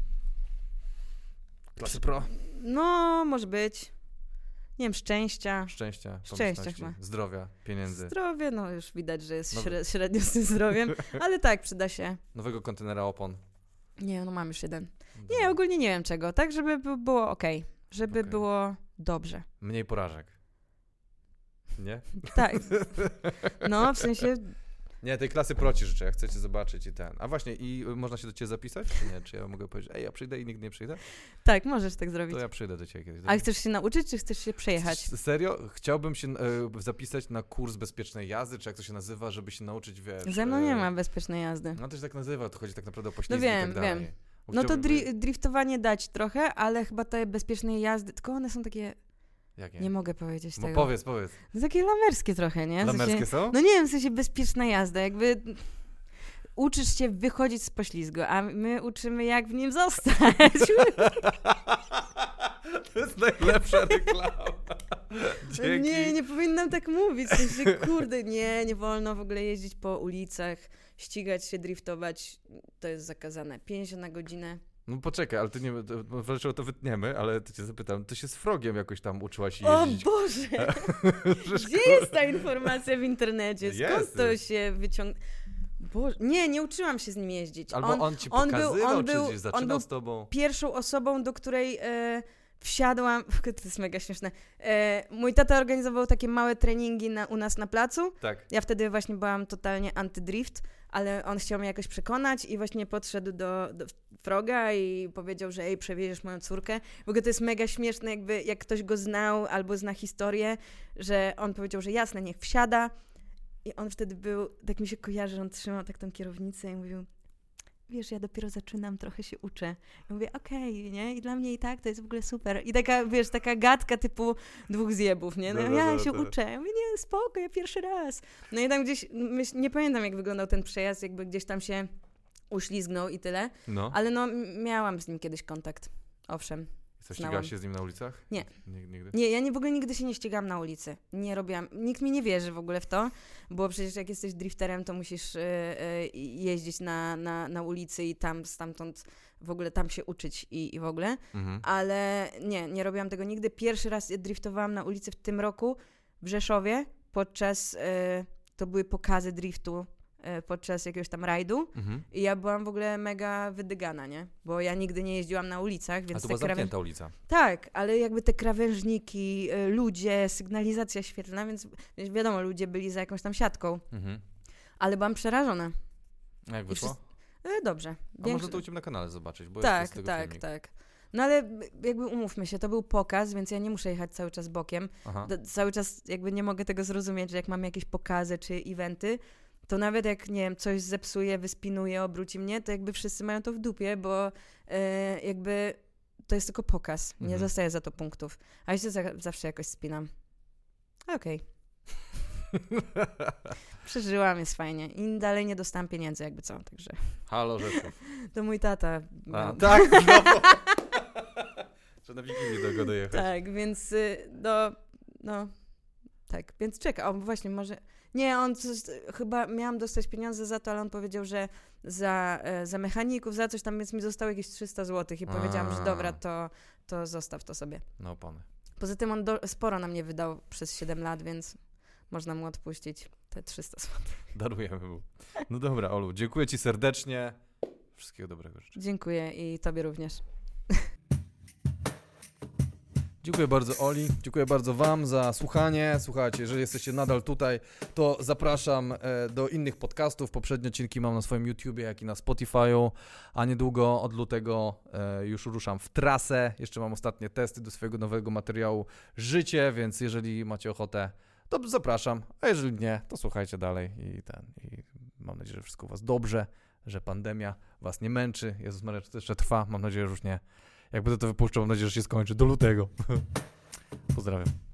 Klasy Pro. No, może być. Nie wiem, szczęścia chyba. Zdrowia, pieniędzy. Zdrowie, no już widać, że jest średnio z tym zdrowiem, ale tak, przyda się. Nowego kontenera opon. Nie, no mam już jeden. Nie, ogólnie nie wiem czego, tak, żeby było okej. Żeby było dobrze. Mniej porażek. Nie? Tak. No, w sensie... Nie, tej klasy Pro ci życzę, jak chcecie zobaczyć i ten. A właśnie, i można się do ciebie zapisać? Czy nie? Czy ja mogę powiedzieć, ja przyjdę i nigdy nie przyjdę? Tak, możesz tak zrobić. To ja przyjdę do ciebie kiedyś. A chcesz się nauczyć, czy chcesz się przejechać? Serio? Chciałbym się zapisać na kurs bezpiecznej jazdy, czy jak to się nazywa, żeby się nauczyć, wiesz... Ze mną nie ma bezpiecznej jazdy. No to się tak nazywa, to chodzi tak naprawdę o poślizgi no wiem, i tak dalej. Wiem. No to driftowanie dać trochę, ale chyba te bezpiecznej jazdy, tylko one są takie... Jakie? Nie mogę powiedzieć tego. Powiedz. No takie lamerskie trochę, nie? Lamerskie są? No nie wiem, w sensie bezpieczna jazda, jakby uczysz się wychodzić z poślizgu, a my uczymy jak w nim zostać. To jest najlepsza reklama. Dzięki. Nie powinnam tak mówić, w sensie, kurde, nie wolno w ogóle jeździć po ulicach, ścigać się, driftować, to jest zakazane. 50 na godzinę. No poczekaj, ale ty nie, dlaczego to wytniemy, ale to cię zapytam, ty się z Frogiem jakoś tam uczyłaś jeździć? O Boże! Gdzie jest ta informacja w internecie? Skąd to się wyciąga? Boże, nie uczyłam się z nim jeździć. Albo on ci pokazywał, czy gdzieś zaczynał z tobą? Pierwszą osobą, do której wsiadłam, to jest mega śmieszne, mój tata organizował takie małe treningi u nas na placu. Tak. Ja wtedy właśnie byłam totalnie anty-drift, ale on chciał mnie jakoś przekonać i właśnie podszedł do Froga i powiedział, że przewieziesz moją córkę. W ogóle to jest mega śmieszne, jakby jak ktoś go znał albo zna historię, że on powiedział, że jasne, niech wsiada. I on wtedy był, tak mi się kojarzy, że on trzymał tak tą kierownicę i mówił, wiesz, ja dopiero zaczynam, trochę się uczę. Ja mówię, okej, nie? I dla mnie i tak to jest w ogóle super. I taka, wiesz, taka gadka typu dwóch zjebów, nie? No, ja się uczę. Ja mówię, nie, spoko, ja pierwszy raz. No i tam gdzieś, nie pamiętam jak wyglądał ten przejazd, jakby gdzieś tam się uślizgnął i tyle. No. Ale no, miałam z nim kiedyś kontakt. Owszem. Co, ścigałaś się z nim na ulicach? Nie. Nigdy? Nie, ja w ogóle nigdy się nie ścigałam na ulicy. Nie robiłam. Nikt mi nie wierzy w ogóle w to, bo przecież jak jesteś drifterem, to musisz jeździć na ulicy i stamtąd w ogóle tam się uczyć i w ogóle. Mhm. Ale nie robiłam tego nigdy. Pierwszy raz driftowałam na ulicy w tym roku w Rzeszowie podczas, to były pokazy driftu podczas jakiegoś tam rajdu i ja byłam w ogóle mega wydygana, nie? Bo ja nigdy nie jeździłam na ulicach, więc... A to była zamknięta ulica. Tak, ale jakby te krawężniki, ludzie, sygnalizacja świetlna, więc wiadomo, ludzie byli za jakąś tam siatką. Ale byłam przerażona. A jak wyszło? Dobrze. A może to u ciebie na kanale zobaczyć, bo tak, jest z tego filmik. Tak. No ale jakby umówmy się, to był pokaz, więc ja nie muszę jechać cały czas bokiem. Cały czas jakby nie mogę tego zrozumieć, że jak mam jakieś pokazy czy eventy, to nawet jak, nie wiem, coś zepsuje, wyspinuje, obróci mnie, to jakby wszyscy mają to w dupie, bo jakby to jest tylko pokaz. Nie dostaję za to punktów. A ja się zawsze jakoś spinam. Okej. Przeżyłam, jest fajnie. I dalej nie dostałam pieniędzy, jakby co, także... Halo, Rzeczów. To mój tata. Tak, znowu. Że na Wigilię do go dojechać. Tak, więc tak, więc czeka. O, właśnie, może... Nie, on chyba miałam dostać pieniądze za to, ale on powiedział, że za mechaników, za coś tam, więc mi zostało jakieś 300 zł i powiedziałam, że dobra, to zostaw to sobie. No, opony. Poza tym on sporo na mnie wydał przez 7 lat, więc można mu odpuścić te 300 zł. Darujemy mu. No dobra, Olu, dziękuję ci serdecznie. Wszystkiego dobrego życzę. Dziękuję i tobie również. Dziękuję bardzo Oli, dziękuję bardzo wam za słuchanie. Słuchajcie, jeżeli jesteście nadal tutaj, to zapraszam do innych podcastów. Poprzednie odcinki mam na swoim YouTubie, jak i na Spotify'u, a niedługo od lutego już ruszam w trasę. Jeszcze mam ostatnie testy do swojego nowego materiału Życie, więc jeżeli macie ochotę, to zapraszam, a jeżeli nie, to słuchajcie dalej i mam nadzieję, że wszystko u was dobrze, że pandemia was nie męczy. Jezus Maria, to jeszcze trwa, mam nadzieję, że już nie. Jak będę to wypuszczał, mam nadzieję, że się skończy do lutego. Pozdrawiam.